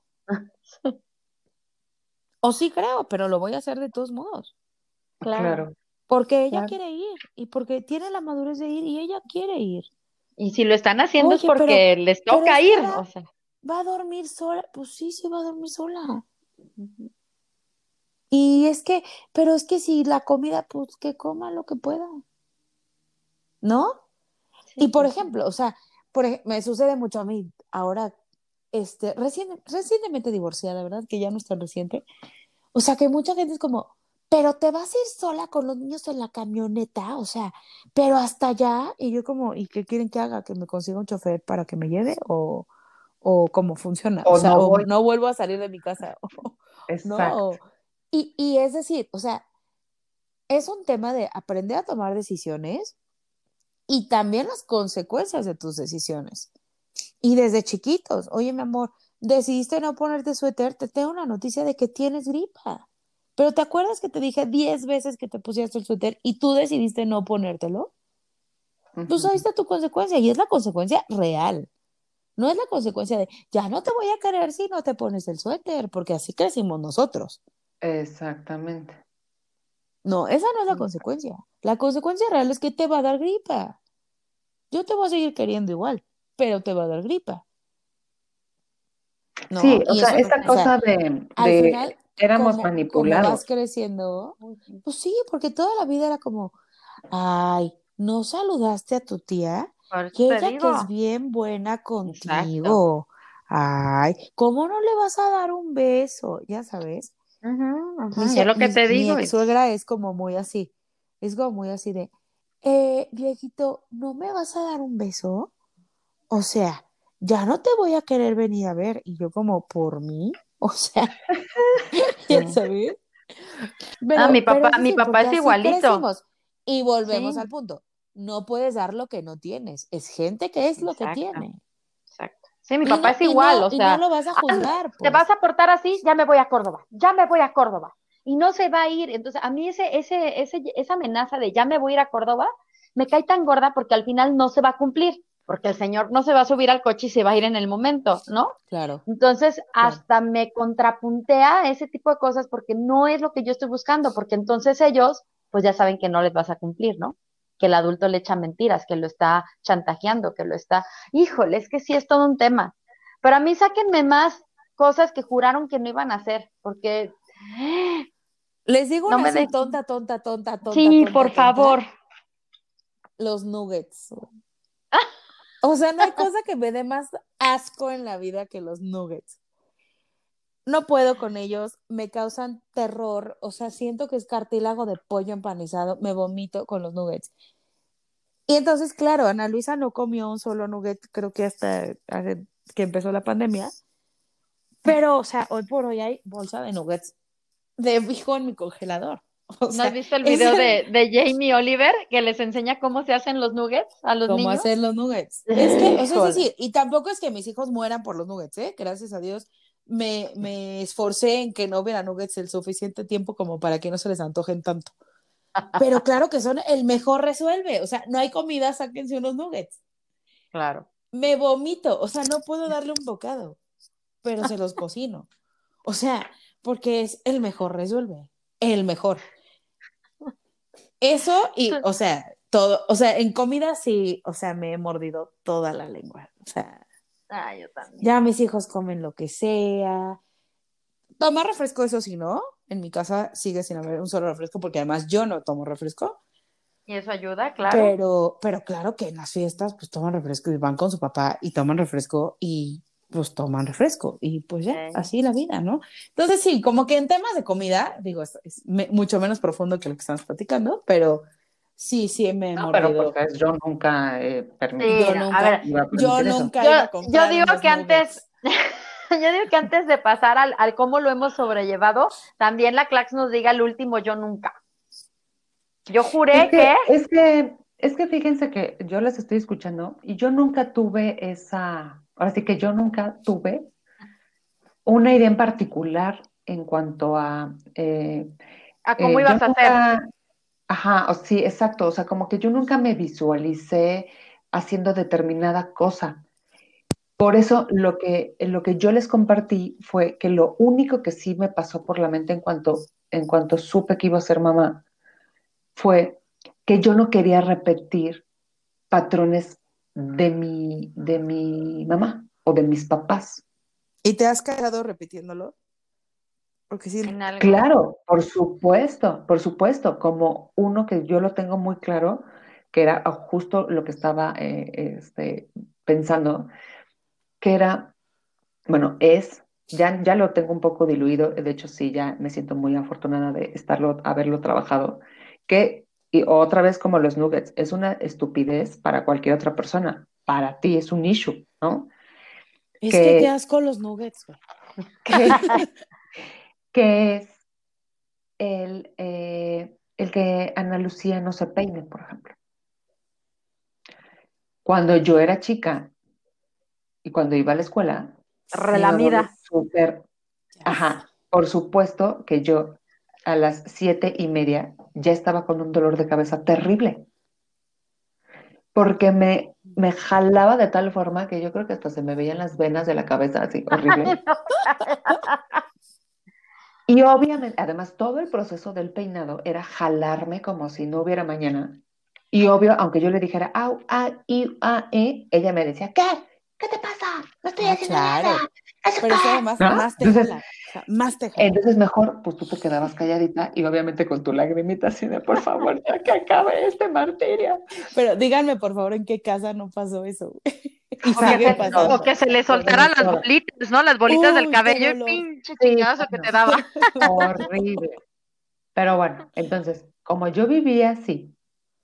O sí creo, pero lo voy a hacer de todos modos. Claro, Claro, Porque ella claro. quiere ir y porque tiene la madurez de ir y ella quiere ir. y si lo están haciendo es Oye, pero, porque les pero toca es que ir, va, o sea. va a dormir sola. Pues sí, sí va a dormir sola. Y es que, pero es que si la comida, pues que coma lo que pueda, ¿no? Y Sí, por pues sí. ejemplo, o sea, por ej- me sucede mucho a mí ahora, este, recién, recientemente divorciada, ¿verdad? Que ya no es tan reciente. O sea, que mucha gente es como, pero te vas a ir sola con los niños en la camioneta, o sea, pero hasta allá. Y yo como, ¿y qué quieren que haga? ¿Que me consiga un chofer para que me lleve? ¿O, o cómo funciona? O O sea, no o voy. no vuelvo a salir de mi casa, ¿no? Exacto. Y, y es decir, o sea, es un tema de aprender a tomar decisiones y también las consecuencias de tus decisiones. Y desde chiquitos, oye, mi amor, decidiste no ponerte suéter, te tengo una noticia de que tienes gripa. Pero ¿te acuerdas que te dije diez veces que te pusieras el suéter y tú decidiste no ponértelo? Pues ahí Ujú. está tu consecuencia y es la consecuencia real. No es la consecuencia de, ya no te voy a querer si no te pones el suéter, porque así crecimos nosotros. Exactamente. No, esa no es la consecuencia. La consecuencia real es que te va a dar gripa. Yo te voy a seguir queriendo igual, pero te va a dar gripa, Sí, ¿no? o Y sea, eso, esta o sea, cosa de, al de final, éramos como, como vas manipulados. creciendo, pues sí, porque toda la vida era como, ay, ¿no saludaste a tu tía? Por eso Y te ella que digo. es bien buena Exacto. contigo. Ay, ¿cómo no le vas a dar un beso? Ya sabes. Ujú, Mi, ujú, y es so- lo que mi, te mi digo. ex suegra es como muy así. Es como muy así de, eh, viejito, ¿no me vas a dar un beso? O sea, ya no te voy a querer venir a ver. Y yo como, ¿por mí? O sea, ya Sí. sabes. Ah, mi Pero, pero papá, es mi así, papá porque es así igualito. crecimos. Y volvemos Sí, al punto. No puedes dar lo que no tienes. Es gente que es lo que exacto, tiene. exacto. Sí, mi Y papá no, es y igual, no, o y no sea, lo vas a "Ah, juzgar, te vas pues. a portar así, ya me voy a Córdoba, ya me voy a Córdoba. Y no se va a ir. Entonces, a mí ese, ese, ese, esa amenaza de ya me voy a ir a Córdoba me cae tan gorda porque al final no se va a cumplir, porque el señor no se va a subir al coche y se va a ir en el momento, ¿no? Claro, Entonces, claro. hasta me contrapuntea ese tipo de cosas porque no es lo que yo estoy buscando, porque entonces ellos, pues ya saben que no les vas a cumplir, ¿no? Que el adulto le echa mentiras, que lo está chantajeando, que lo está... Híjole, es que sí es todo un tema. Pero a mí sáquenme más cosas que juraron que no iban a hacer, porque Les digo no una me así dejan. tonta, tonta, tonta, tonta, Sí, tonta, por tonta. favor. Los nuggets. O sea, no hay cosa que me dé más asco en la vida que los nuggets. No puedo con ellos, me causan terror, o sea, siento que es cartílago de pollo empanizado, me vomito con los nuggets. Y entonces, claro, Ana Luisa no comió un solo nugget, creo que hasta hace que empezó la pandemia, pero, o sea, hoy por hoy hay bolsa de nuggets de fijo en mi congelador. O ¿No has sea, visto el es video el, de, de Jamie Oliver que les enseña cómo se hacen los nuggets a los cómo niños? hacer los nuggets. Es que, o sea, es Híjole. decir, y tampoco es que mis hijos mueran por los nuggets, ¿eh? Gracias a Dios me, me esforcé en que no hubiera nuggets el suficiente tiempo como para que no se les antojen tanto. Pero claro que son el mejor resuelve, o sea, no hay comida, sáquense unos nuggets. Claro. Me vomito, o sea, no puedo darle un bocado, pero se los cocino. O sea, porque es el mejor resuelve, el mejor. Eso y, o sea, todo, o sea, en comida sí, o sea, me he mordido toda la lengua. O sea, Ah, yo también. ya mis hijos comen lo que sea. Tomar refresco, eso sí, ¿no? En mi casa sigue sin haber un solo refresco porque además yo no tomo refresco. ¿Y eso ayuda? Claro. Pero, pero claro que en las fiestas pues toman refresco y van con su papá y toman refresco y pues toman refresco y pues ya, Eh, así la vida, ¿no? Entonces sí, como que en temas de comida, digo, es, es me- mucho menos profundo que lo que estamos platicando, pero sí, sí me he No, pero pues mordido. ¿sabes? Yo nunca he sí, Yo no, permitido a nunca, ver, iba a yo permitir eso. nunca yo, iba a yo comprar digo unos que antes, nuggets. yo digo que antes de pasar al, al cómo lo hemos sobrellevado, también la Clax nos diga el último yo nunca. Yo Es juré que, que, es que, es que fíjense que yo les estoy escuchando y yo nunca tuve esa, ahora sí que yo nunca tuve una idea en particular en cuanto a, eh, a cómo eh, yo ibas a hacer. nunca, ajá, o sí, exacto, o sea, como que yo nunca me visualicé haciendo determinada cosa. Por eso lo que, lo que yo les compartí fue que lo único que sí me pasó por la mente en cuanto, en cuanto supe que iba a ser mamá fue que yo no quería repetir patrones de mi, de mi mamá o de mis papás. ¿Y te has quedado repitiéndolo? Porque sí, En algo. Claro, por supuesto, por supuesto, como uno que yo lo tengo muy claro, que era justo lo que estaba eh, este, pensando, que era, bueno, es, ya, ya lo tengo un poco diluido, de hecho sí, ya me siento muy afortunada de estarlo, haberlo trabajado, que, y otra vez como los nuggets, es una estupidez para cualquier otra persona, para ti es un issue, ¿no? es que qué Que, asco los nuggets, güey. que, que es el, eh, el que Ana Lucía no se peine, por ejemplo. Cuando yo era chica y cuando iba a la escuela, mi mamá me Relamida. súper, Ya sé. ajá, por supuesto que yo, a las siete y media ya estaba con un dolor de cabeza terrible, porque me, me jalaba de tal forma que yo creo que hasta se me veían las venas de la cabeza, así, horrible. Y obviamente, además, todo el proceso del peinado era jalarme como si no hubiera mañana. Y obvio, aunque yo le dijera, au, a, i, a, e, ella me decía, ¿qué? ¿Qué te pasa? No estoy Ah, haciendo claro. nada. ¿Eso Pero eso qué?", además ¿no? más te Entonces, jala, o sea, más te jala. entonces mejor, pues tú te quedabas calladita y obviamente con tu lagrimita así de, por favor, ya que acabe este martirio. Pero díganme, por favor, ¿en qué casa no pasó eso, güey? Y O que, sigue se, pasando. o que se le soltaran Podemos las todas. bolitas, ¿no? Las bolitas del Uy, qué cabello y dolor. pinche Sí, chingadazo que no, te daba. horrible. Pero bueno, entonces, como yo vivía así,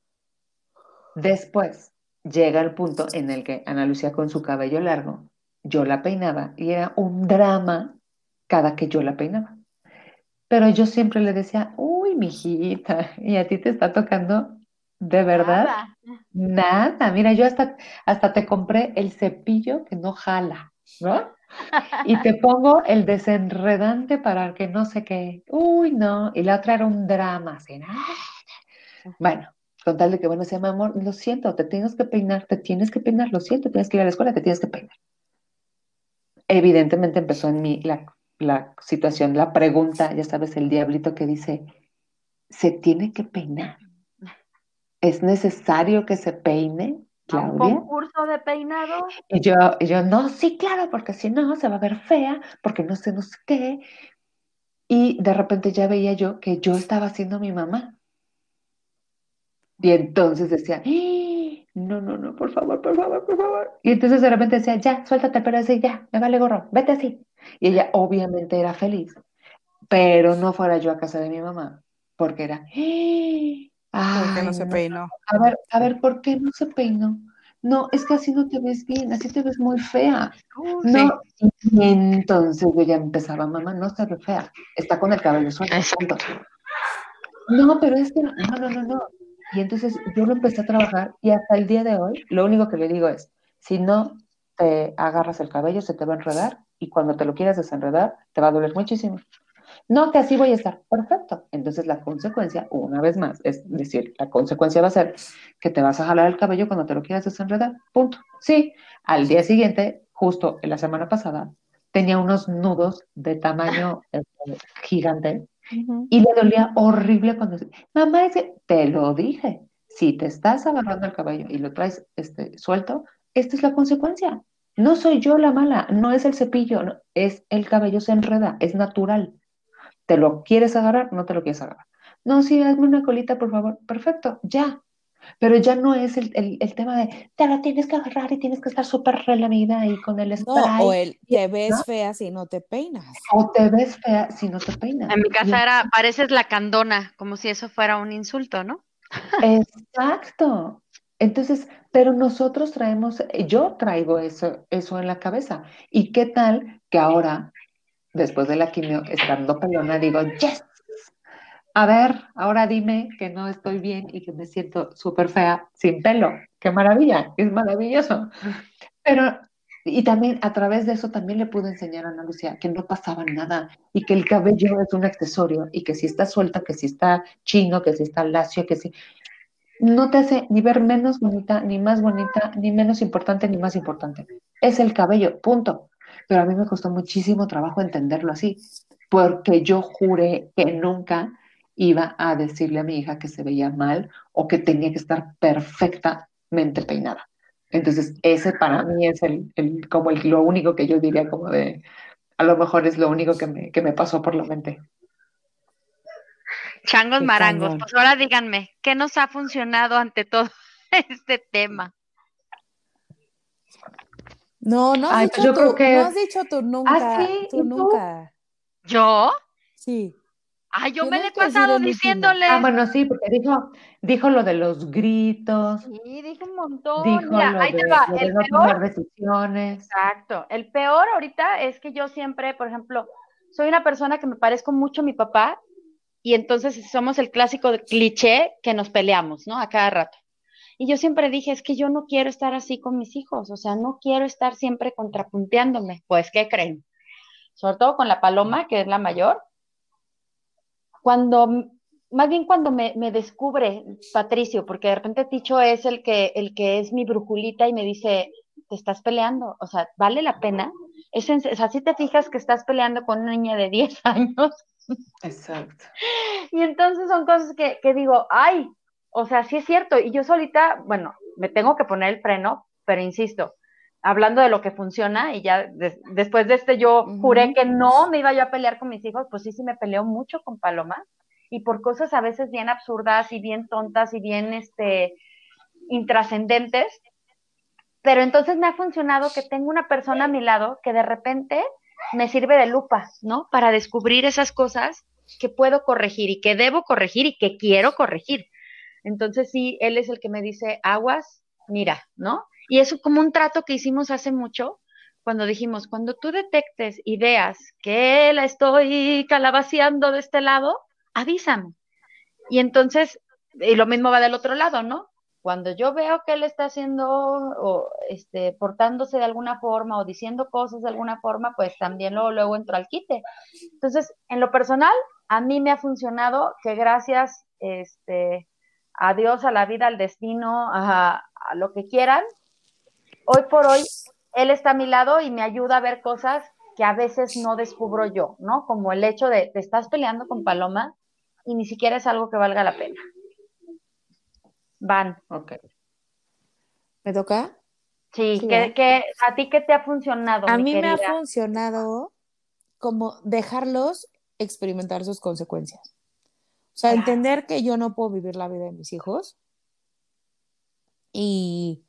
después llega el punto en el que Ana Lucía con su cabello largo, yo la peinaba y era un drama cada que yo la peinaba. Pero yo siempre le decía, uy, mijita, ¿y a ti te está tocando de verdad? Nada. Nada, mira, yo hasta, hasta te compré el cepillo que no jala, ¿no? Y te pongo el desenredante para que no sé qué. Uy, no. Y la otra era un drama, así, ¿no? Bueno, con tal de que, bueno, se llama amor, lo siento, te tienes que peinar, te tienes que peinar, lo siento, tienes que ir a la escuela, te tienes que peinar. Evidentemente empezó en mí la, la situación, la pregunta, ya sabes, el diablito que dice, ¿se tiene que peinar? ¿Es necesario que se peine, ¿A un Claudia? concurso de peinado? Y yo, y yo, no, sí, claro, porque si no se va a ver fea, porque no sé, no sé qué. Y de repente ya veía yo que yo estaba haciendo mi mamá. Y entonces decía, "¡Ah! No, no, no, por favor, por favor, por favor". Y entonces de repente decía, ya, suéltate, pero así, ya, me vale gorro, vete así. Y ella obviamente era feliz, pero no fuera yo a casa de mi mamá, porque era, "Ah, Porque no ay, se no, peinó. a ver, a ver, ¿por qué no se peinó? No, es que así no te ves bien, así te ves muy fea. Uh, sí. No, y entonces yo ya empezaba, mamá, no se ve fea, está con el cabello suelto, punto. No, pero es que no, no, no, no, no. Y entonces yo lo empecé a trabajar y hasta el día de hoy lo único que le digo es, si no te agarras el cabello se te va a enredar y cuando te lo quieras desenredar te va a doler muchísimo. No, que así voy a estar. Perfecto. Entonces la consecuencia, una vez más, es decir, la consecuencia va a ser que te vas a jalar el cabello cuando te lo quieras desenredar. Punto. Sí, al día siguiente, justo en la semana pasada, tenía unos nudos de tamaño eh, gigante Ujú. y le dolía horrible cuando... Mamá, ese... te lo dije, si te estás agarrando el cabello y lo traes este, suelto, esta es la consecuencia. No soy yo la mala, no es el cepillo, no, es el cabello se enreda, es natural. ¿Te lo quieres agarrar? No te lo quieres agarrar. No, sí, hazme una colita, por favor. Perfecto, ya. Pero ya no es el, el, el tema de te lo tienes que agarrar y tienes que estar súper relamida y con el No, o spray, el te ¿no? ves fea si no te peinas. O te ves fea si no te peinas. En mi Y casa era, pareces la candona, como si eso fuera un insulto, ¿no? exacto. Entonces, pero nosotros traemos, yo traigo eso, eso en la cabeza. ¿Y qué tal que ahora, después de la quimio, estando pelona, digo, yes, a ver, ahora dime que no estoy bien y que me siento súper fea sin pelo? ¡Qué maravilla! Es maravilloso. Pero, y también a través de eso también le pude enseñar a Ana Lucía que no pasaba nada y que el cabello es un accesorio y que si está suelta, que si está chino, que si está lacio, que si no te hace ni ver menos bonita, ni más bonita, ni menos importante, ni más importante. Es el cabello, punto. Pero a mí me costó muchísimo trabajo entenderlo así, porque yo juré que nunca iba a decirle a mi hija que se veía mal o que tenía que estar perfectamente peinada. Entonces, ese para mí es el, el- como el- lo único que yo diría como de, a lo mejor es lo único que me, que me pasó por la mente. Changos Qué marangos. cañón. Pues ahora díganme, ¿qué nos ha funcionado ante todo este tema? No, no has Ay, pues dicho yo creo tú, no que, has dicho tú ah, nunca, sí, tú ¿y tú? nunca. ¿Yo? Sí, Ay, yo me la tienes he que decir pasado el último. Ah, diciéndoles. bueno, sí, porque dijo, dijo lo de los gritos, Sí, dije un montón. dijo Mira, lo ahí te de, va. lo de El no peor, tomar decisiones. exacto. El peor ahorita es que yo siempre, por ejemplo, soy una persona que me parezco mucho a mi papá y entonces somos el clásico de cliché que nos peleamos, ¿no? A cada rato. Y yo siempre dije, es que yo no quiero estar así con mis hijos, o sea, no quiero estar siempre contrapunteándome. Pues, ¿qué creen? Sobre todo con la Paloma, que es la mayor, cuando, más bien cuando me, me descubre Patricio, porque de repente Ticho es el que, el que es mi brujulita y me dice, te estás peleando, o sea, ¿vale la pena? Es en- o sea, si te fijas que estás peleando con una niña de diez años, Exacto. y entonces son cosas que, que digo, ay, o sea, sí es cierto, y yo solita, bueno, me tengo que poner el freno, pero insisto, hablando de lo que funciona, y ya des- después de este yo juré Ujú. que no me iba yo a pelear con mis hijos, pues sí, sí me peleo mucho con Paloma, y por cosas a veces bien absurdas y bien tontas y bien, este, intrascendentes, pero entonces me ha funcionado que tengo una persona a mi lado que de repente me sirve de lupa, ¿no? Para descubrir esas cosas que puedo corregir y que debo corregir y que quiero corregir. Entonces sí, él es el que me dice, aguas, mira, ¿no? Y eso como un trato que hicimos hace mucho, cuando dijimos, cuando tú detectes y veas que la estoy calabaceando de este lado, avísame. Y entonces, y lo mismo va del otro lado, ¿no? Cuando yo veo que él está haciendo o este, portándose de alguna forma o diciendo cosas de alguna forma, pues también luego, luego entro al quite. Entonces, en lo personal, a mí me ha funcionado que gracias este, a Dios, a la vida, al destino, a, a lo que quieran, hoy por hoy, él está a mi lado y me ayuda a ver cosas que a veces no descubro yo, ¿no? Como el hecho de, te estás peleando con Paloma y ni siquiera es algo que valga la pena. Van. Ok. ¿Me toca? Sí, Sí, ¿qué, ¿verdad? qué, ¿a ti qué te ha funcionado, A mi mí me ha querida? funcionado como dejarlos experimentar sus consecuencias. O sea, Claro. entender que yo no puedo vivir la vida de mis hijos y,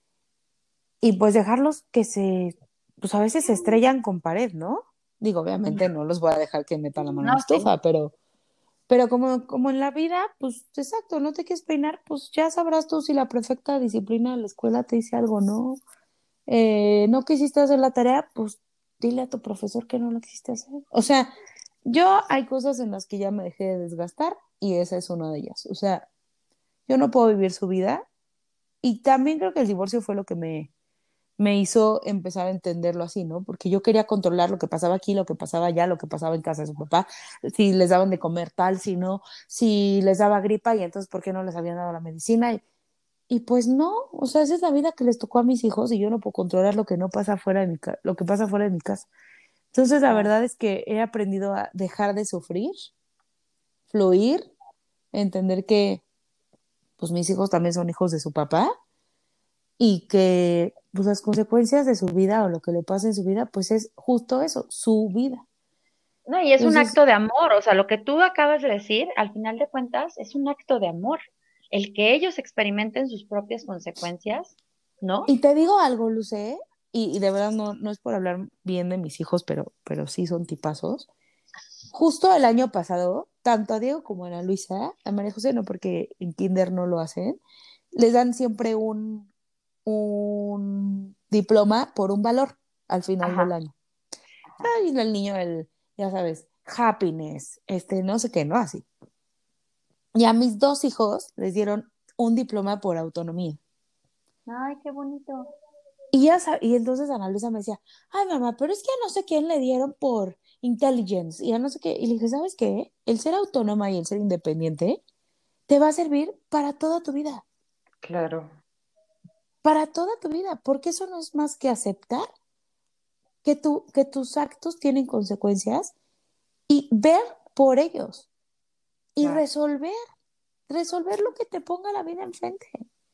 y pues dejarlos que se, pues a veces se estrellan con pared, ¿no? Digo, obviamente no los voy a dejar que metan la mano en No, la sí. estufa, pero, pero como, como en la vida, pues exacto, no te quieres peinar, pues ya sabrás tú si la perfecta disciplina de la escuela te dice algo, ¿no? Eh, no quisiste hacer la tarea, pues dile a tu profesor que no la quisiste hacer. O sea, yo hay cosas en las que ya me dejé de desgastar y esa es una de ellas. O sea, yo no puedo vivir su vida y también creo que el divorcio fue lo que me, me hizo empezar a entenderlo así, ¿no? Porque yo quería controlar lo que pasaba aquí, lo que pasaba allá, lo que pasaba en casa de su papá, si les daban de comer tal, si no, si les daba gripa y entonces por qué no les habían dado la medicina. Y, y pues no, o sea, esa es la vida que les tocó a mis hijos y yo no puedo controlar lo que no pasa fuera de mi ca- lo que pasa fuera de mi casa. Entonces, la Claro. verdad es que he aprendido a dejar de sufrir, fluir, entender que pues mis hijos también son hijos de su papá y que pues las consecuencias de su vida o lo que le pasa en su vida, pues es justo eso, su vida. No, y es un Entonces, acto de amor, o sea, lo que tú acabas de decir, al final de cuentas, es un acto de amor. El que ellos experimenten sus propias consecuencias, ¿no? y te digo algo, Luce, y, y de verdad no, no es por hablar bien de mis hijos, pero, pero sí son tipazos. Justo el año pasado, tanto a Diego como a Ana Luisa, a María José no, porque en Kinder no lo hacen, les dan siempre un, un diploma por un valor al final del Ajá, año. ajá. Ay, el niño, el, ya sabes, happiness, este, no sé qué, ¿no? Así. Y a mis dos hijos les dieron un diploma por autonomía. Ay, qué bonito. Y, ya sab- y entonces Ana Luisa me decía, ay mamá, pero es que a no sé quién le dieron por intelligence y a no sé qué. Y le dije, ¿sabes qué? El ser autónoma y el ser independiente te va a servir para toda tu vida, Claro. para toda tu vida, porque eso no es más que aceptar que, tu, que tus actos tienen consecuencias y ver por ellos y Claro. resolver, resolver lo que te ponga la vida enfrente.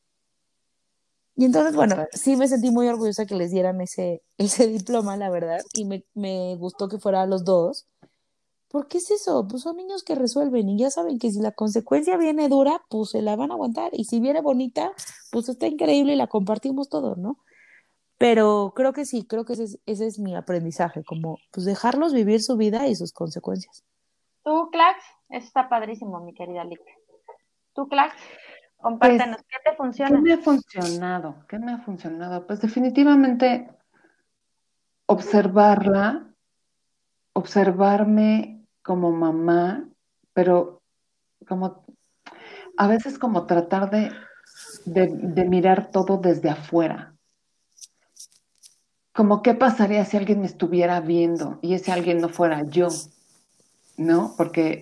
Y entonces, bueno, Total. sí me sentí muy orgullosa que les dieran ese, ese diploma, la verdad, y me, me gustó que fuera a los dos. ¿Por qué es eso? Pues son niños que resuelven y ya saben que si la consecuencia viene dura, pues se la van a aguantar. Y si viene bonita, pues está increíble y la compartimos todos, ¿no? Pero creo que sí, creo que ese es, ese es mi aprendizaje, como pues dejarlos vivir su vida y sus consecuencias. Tú, Clax, eso está padrísimo, mi querida Lick. Tú, Clax, Pues, compártenos, ¿qué te ¿qué funciona? me ha funcionado? ¿Qué me ha funcionado? Pues definitivamente observarla, observarme como mamá, pero como a veces como tratar de, de, de mirar todo desde afuera. Como qué pasaría si alguien me estuviera viendo y ese alguien no fuera yo, ¿no? Porque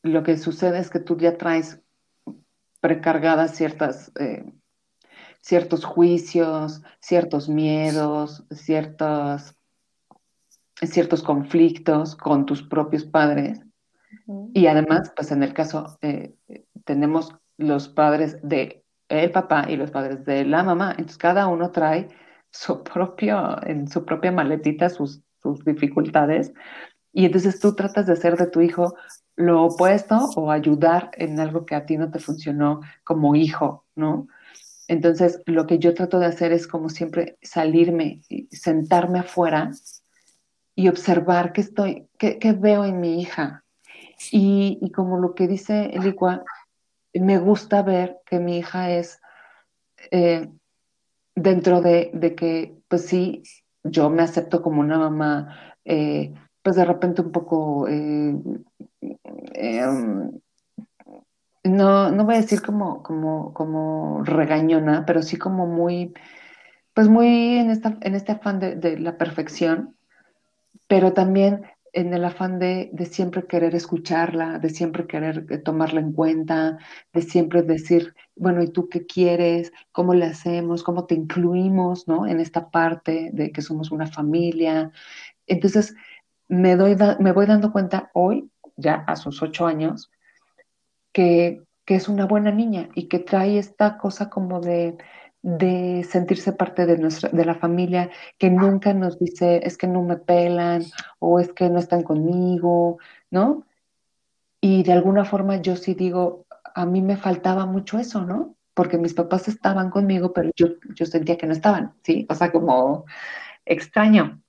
lo que sucede es que tú ya traes precargadas ciertas, eh, ciertos juicios, ciertos miedos, ciertos, ciertos conflictos con tus propios padres. Ujú. Y además, pues en el caso, eh, tenemos los padres de el papá y los padres de la mamá. Entonces, cada uno trae su propio, en su propia maletita sus, sus dificultades. Y entonces tú tratas de hacer de tu hijo lo opuesto o ayudar en algo que a ti no te funcionó como hijo, ¿no? Entonces, lo que yo trato de hacer es como siempre salirme, y sentarme afuera y observar qué estoy, qué, qué veo en mi hija. Y, y como lo que dice Elicua, me gusta ver que mi hija es eh, dentro de, de que, pues sí, yo me acepto como una mamá, eh, pues de repente un poco, eh, eh, um, no, no voy a decir como, como, como regañona, pero sí como muy, pues muy en esta, en este afán de, de la perfección, pero también en el afán de, de siempre querer escucharla, de siempre querer eh, tomarla en cuenta, de siempre decir, bueno, ¿y tú qué quieres? ¿Cómo le hacemos? ¿Cómo te incluimos, ¿no? En esta parte de que somos una familia. Entonces, me doy, da- me voy dando cuenta hoy, ya a sus ocho años, que, que es una buena niña y que trae esta cosa como de, de sentirse parte de, nuestra, de la familia, que nunca nos dice, es que no me pelan o es que no están conmigo, ¿no? Y de alguna forma yo sí digo, a mí me faltaba mucho eso, ¿no? Porque mis papás estaban conmigo, pero yo, yo sentía que no estaban, ¿sí? O sea, como extraño.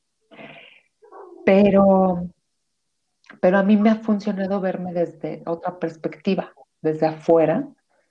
Pero, pero a mí me ha funcionado verme desde otra perspectiva, desde afuera,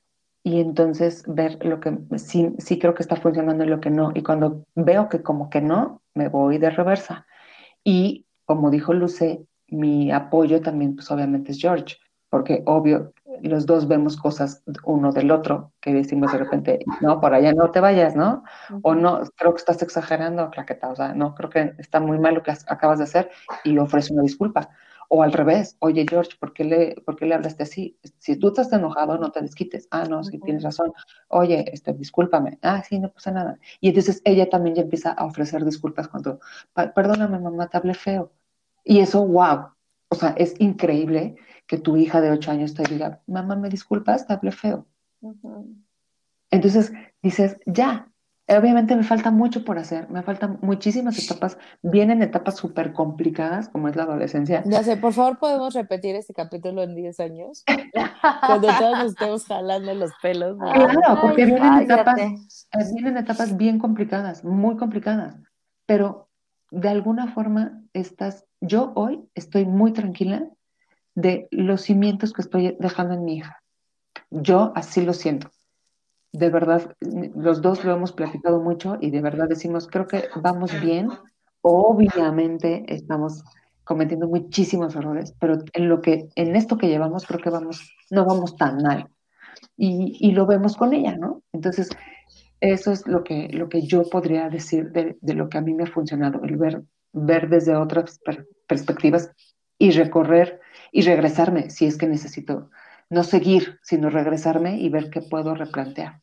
y entonces ver lo que sí, sí creo que está funcionando y lo que no. Y cuando veo que como que no, me voy de reversa. Y como dijo Luce, mi apoyo también, pues obviamente es George, porque obvio, los dos vemos cosas uno del otro, que decimos de repente, no, por allá no te vayas, ¿no? O Ujú. no, creo que estás exagerando, claqueta, o sea, no, creo que está muy mal lo que acabas de hacer y ofrece una disculpa. O al revés, oye George, ¿por qué le, por qué le hablaste así? Si tú estás enojado, no te desquites. Ah, no, sí, tienes Ujú. razón. Oye, este, discúlpame. Ah, sí, no pasa nada. Y entonces ella también ya empieza a ofrecer disculpas cuando "Pa- perdóname, mamá, te hablé feo". Y eso, wow. O sea, es increíble que tu hija de ocho años te diga, mamá, ¿me disculpas? Te hablé feo. Ujú. Entonces dices, ya, obviamente me falta mucho por hacer, me faltan muchísimas etapas, vienen etapas súper complicadas, como es la adolescencia. Ya sé, por favor, podemos repetir este capítulo en diez años. Cuando todos nos estemos jalando los pelos, por favor. Claro, Ay, porque vienen etapas, cállate. eh, vienen etapas bien complicadas, muy complicadas, pero de alguna forma estás, yo hoy estoy muy tranquila de los cimientos que estoy dejando en mi hija. Yo así lo siento. De verdad, los dos lo hemos platicado mucho y de verdad decimos, creo que vamos bien. Obviamente estamos cometiendo muchísimos errores, pero en lo que, en esto que llevamos, creo que vamos, no vamos tan mal. Y, y lo vemos con ella, ¿no? Entonces, eso es lo que, lo que yo podría decir de, de lo que a mí me ha funcionado, el ver, ver desde otras per- perspectivas y recorrer y regresarme si es que necesito no seguir, sino regresarme y ver qué puedo replantear.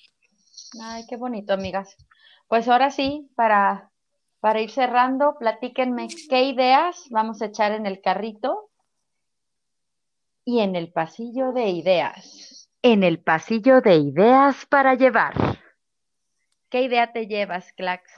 Ay, qué bonito, amigas. Pues ahora sí, para, para ir cerrando, platíquenme qué ideas vamos a echar en el carrito y en el pasillo de ideas. En el pasillo de ideas para llevar. ¿Qué idea te llevas, Clax?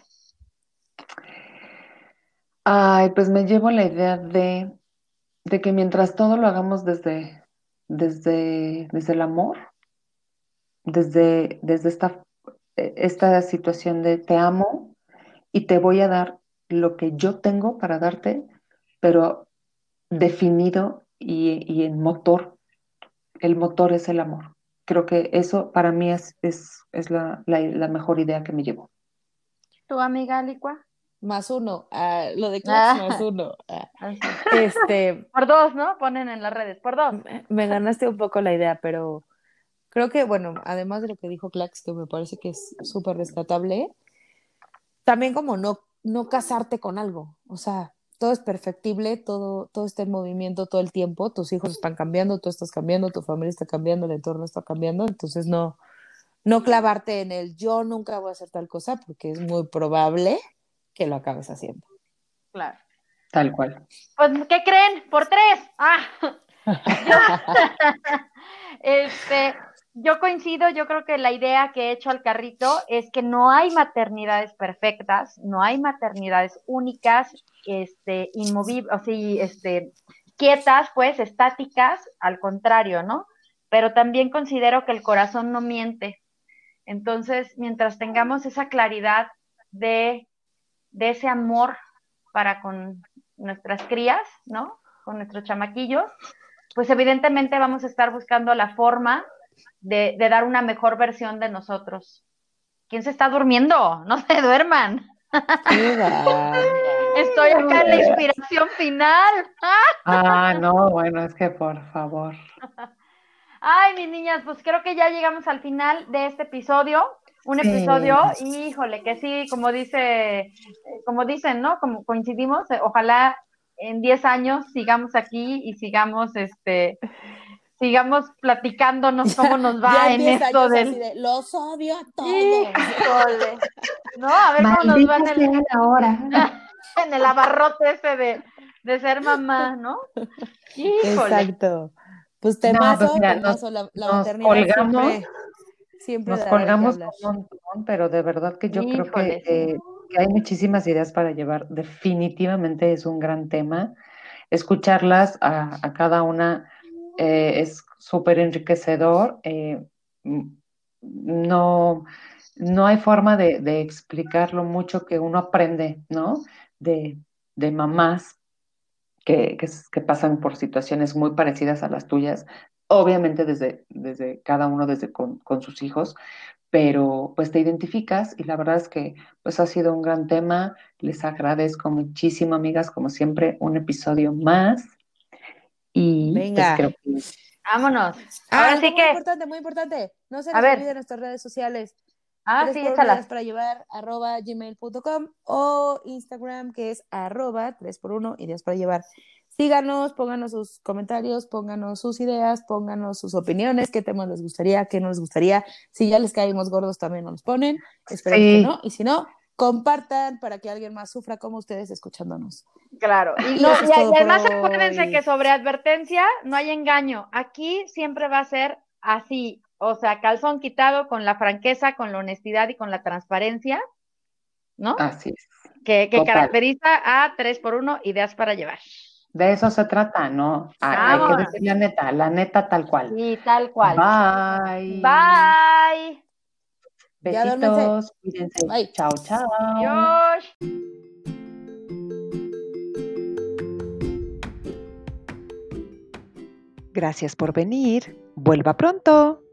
Ay, pues me llevo la idea de, de que mientras todo lo hagamos desde, desde, desde el amor, desde, desde esta, esta situación de te amo y te voy a dar lo que yo tengo para darte, pero definido y, y en motor. El motor es el amor. Creo que eso para mí es, es, es la, la, la mejor idea que me llevo. ¿Tu amiga Licua? Más uno, ah, lo de Clax más Ah, uno. Ah, así. este, Por dos, ¿no? Ponen en las redes, por dos. me, me ganaste un poco la idea, pero creo que, bueno, además de lo que dijo Clax, que me parece que es súper rescatable, también como no, no casarte con algo. O sea, todo es perfectible, todo, todo está en movimiento todo el tiempo, tus hijos están cambiando, tú estás cambiando, tu familia está cambiando, el entorno está cambiando, entonces no, no clavarte en el yo nunca voy a hacer tal cosa porque es muy probable que lo acabes haciendo. Claro. Tal cual. Pues, ¿qué creen? Por tres. Ah. Yo, este, yo coincido, yo creo que la idea que he hecho al carrito es que no hay maternidades perfectas, no hay maternidades únicas, este, inmovibles, o sea, este, quietas, pues, estáticas, al contrario, ¿no? Pero también considero que el corazón no miente. Entonces, mientras tengamos esa claridad de, de ese amor para con nuestras crías, ¿no? Con nuestros chamaquillos, pues evidentemente vamos a estar buscando la forma de, de dar una mejor versión de nosotros. ¿Quién se está durmiendo? No se duerman. ¡Qué va! Estoy acá en la inspiración final. Ah, no, bueno, es que por favor. Ay, mis niñas, pues creo que ya llegamos al final de este episodio. Un Sí. episodio, híjole, que sí, como dice, como dicen, ¿no? Como coincidimos, eh, ojalá en diez años sigamos aquí y sigamos, este, sigamos platicándonos cómo nos va Ya en en diez esto años del... así de, los odio a todos. Híjole. No, a ver cómo nos va en el, ahora. en el abarrote ese de, de ser mamá, ¿no? Híjole. Exacto. Pues No, temazo, pues mira, temazo, nos, la, la nos maternidad colgamos, siempre, siempre nos dará de qué colgamos hablar. un montón, pero de verdad que yo creo que, Híjole, sí. eh, que hay muchísimas ideas para llevar. Definitivamente es un gran tema. Escucharlas a, a cada una eh, es súper enriquecedor. Eh, mm, no, no hay forma de, de explicar lo mucho que uno aprende, ¿no? De, de mamás que, que, que pasan por situaciones muy parecidas a las tuyas, obviamente desde, desde cada uno, desde con, con sus hijos, pero pues te identificas y la verdad es que pues ha sido un gran tema. Les agradezco muchísimo, amigas, como siempre, un episodio más y pues Venga. creo que... Vámonos. Ah, Ahora algo sí muy que, importante, muy importante. No se a les ver, olvide nuestras redes sociales. ah, tres sí, por uno ideas échalas. para llevar, arroba gmail punto com o Instagram, que es arroba tres por uno ideas para llevar. Síganos, pónganos sus comentarios, pónganos sus ideas, pónganos sus opiniones, qué temas les gustaría, qué no les gustaría. Si ya les caímos gordos, también nos los ponen. Esperemos que Sí, no. Y si no, compartan para que alguien más sufra como ustedes escuchándonos. Claro, y, Y no, eso es y, todo y por además acuérdense hoy. que sobre advertencia no hay engaño. Aquí siempre va a ser así, o sea, calzón quitado con la franqueza, con la honestidad y con la transparencia, ¿no? así es. Que, que Total. caracteriza a tres por uno ideas para llevar. De eso se trata, ¿no? Hay, hay que decir la neta, la neta tal cual. Y tal cual. Bye. Bye. Ya duérmense. Besitos, cuídense. Bye. Chao, chao. Adiós. Gracias por venir. Vuelva pronto.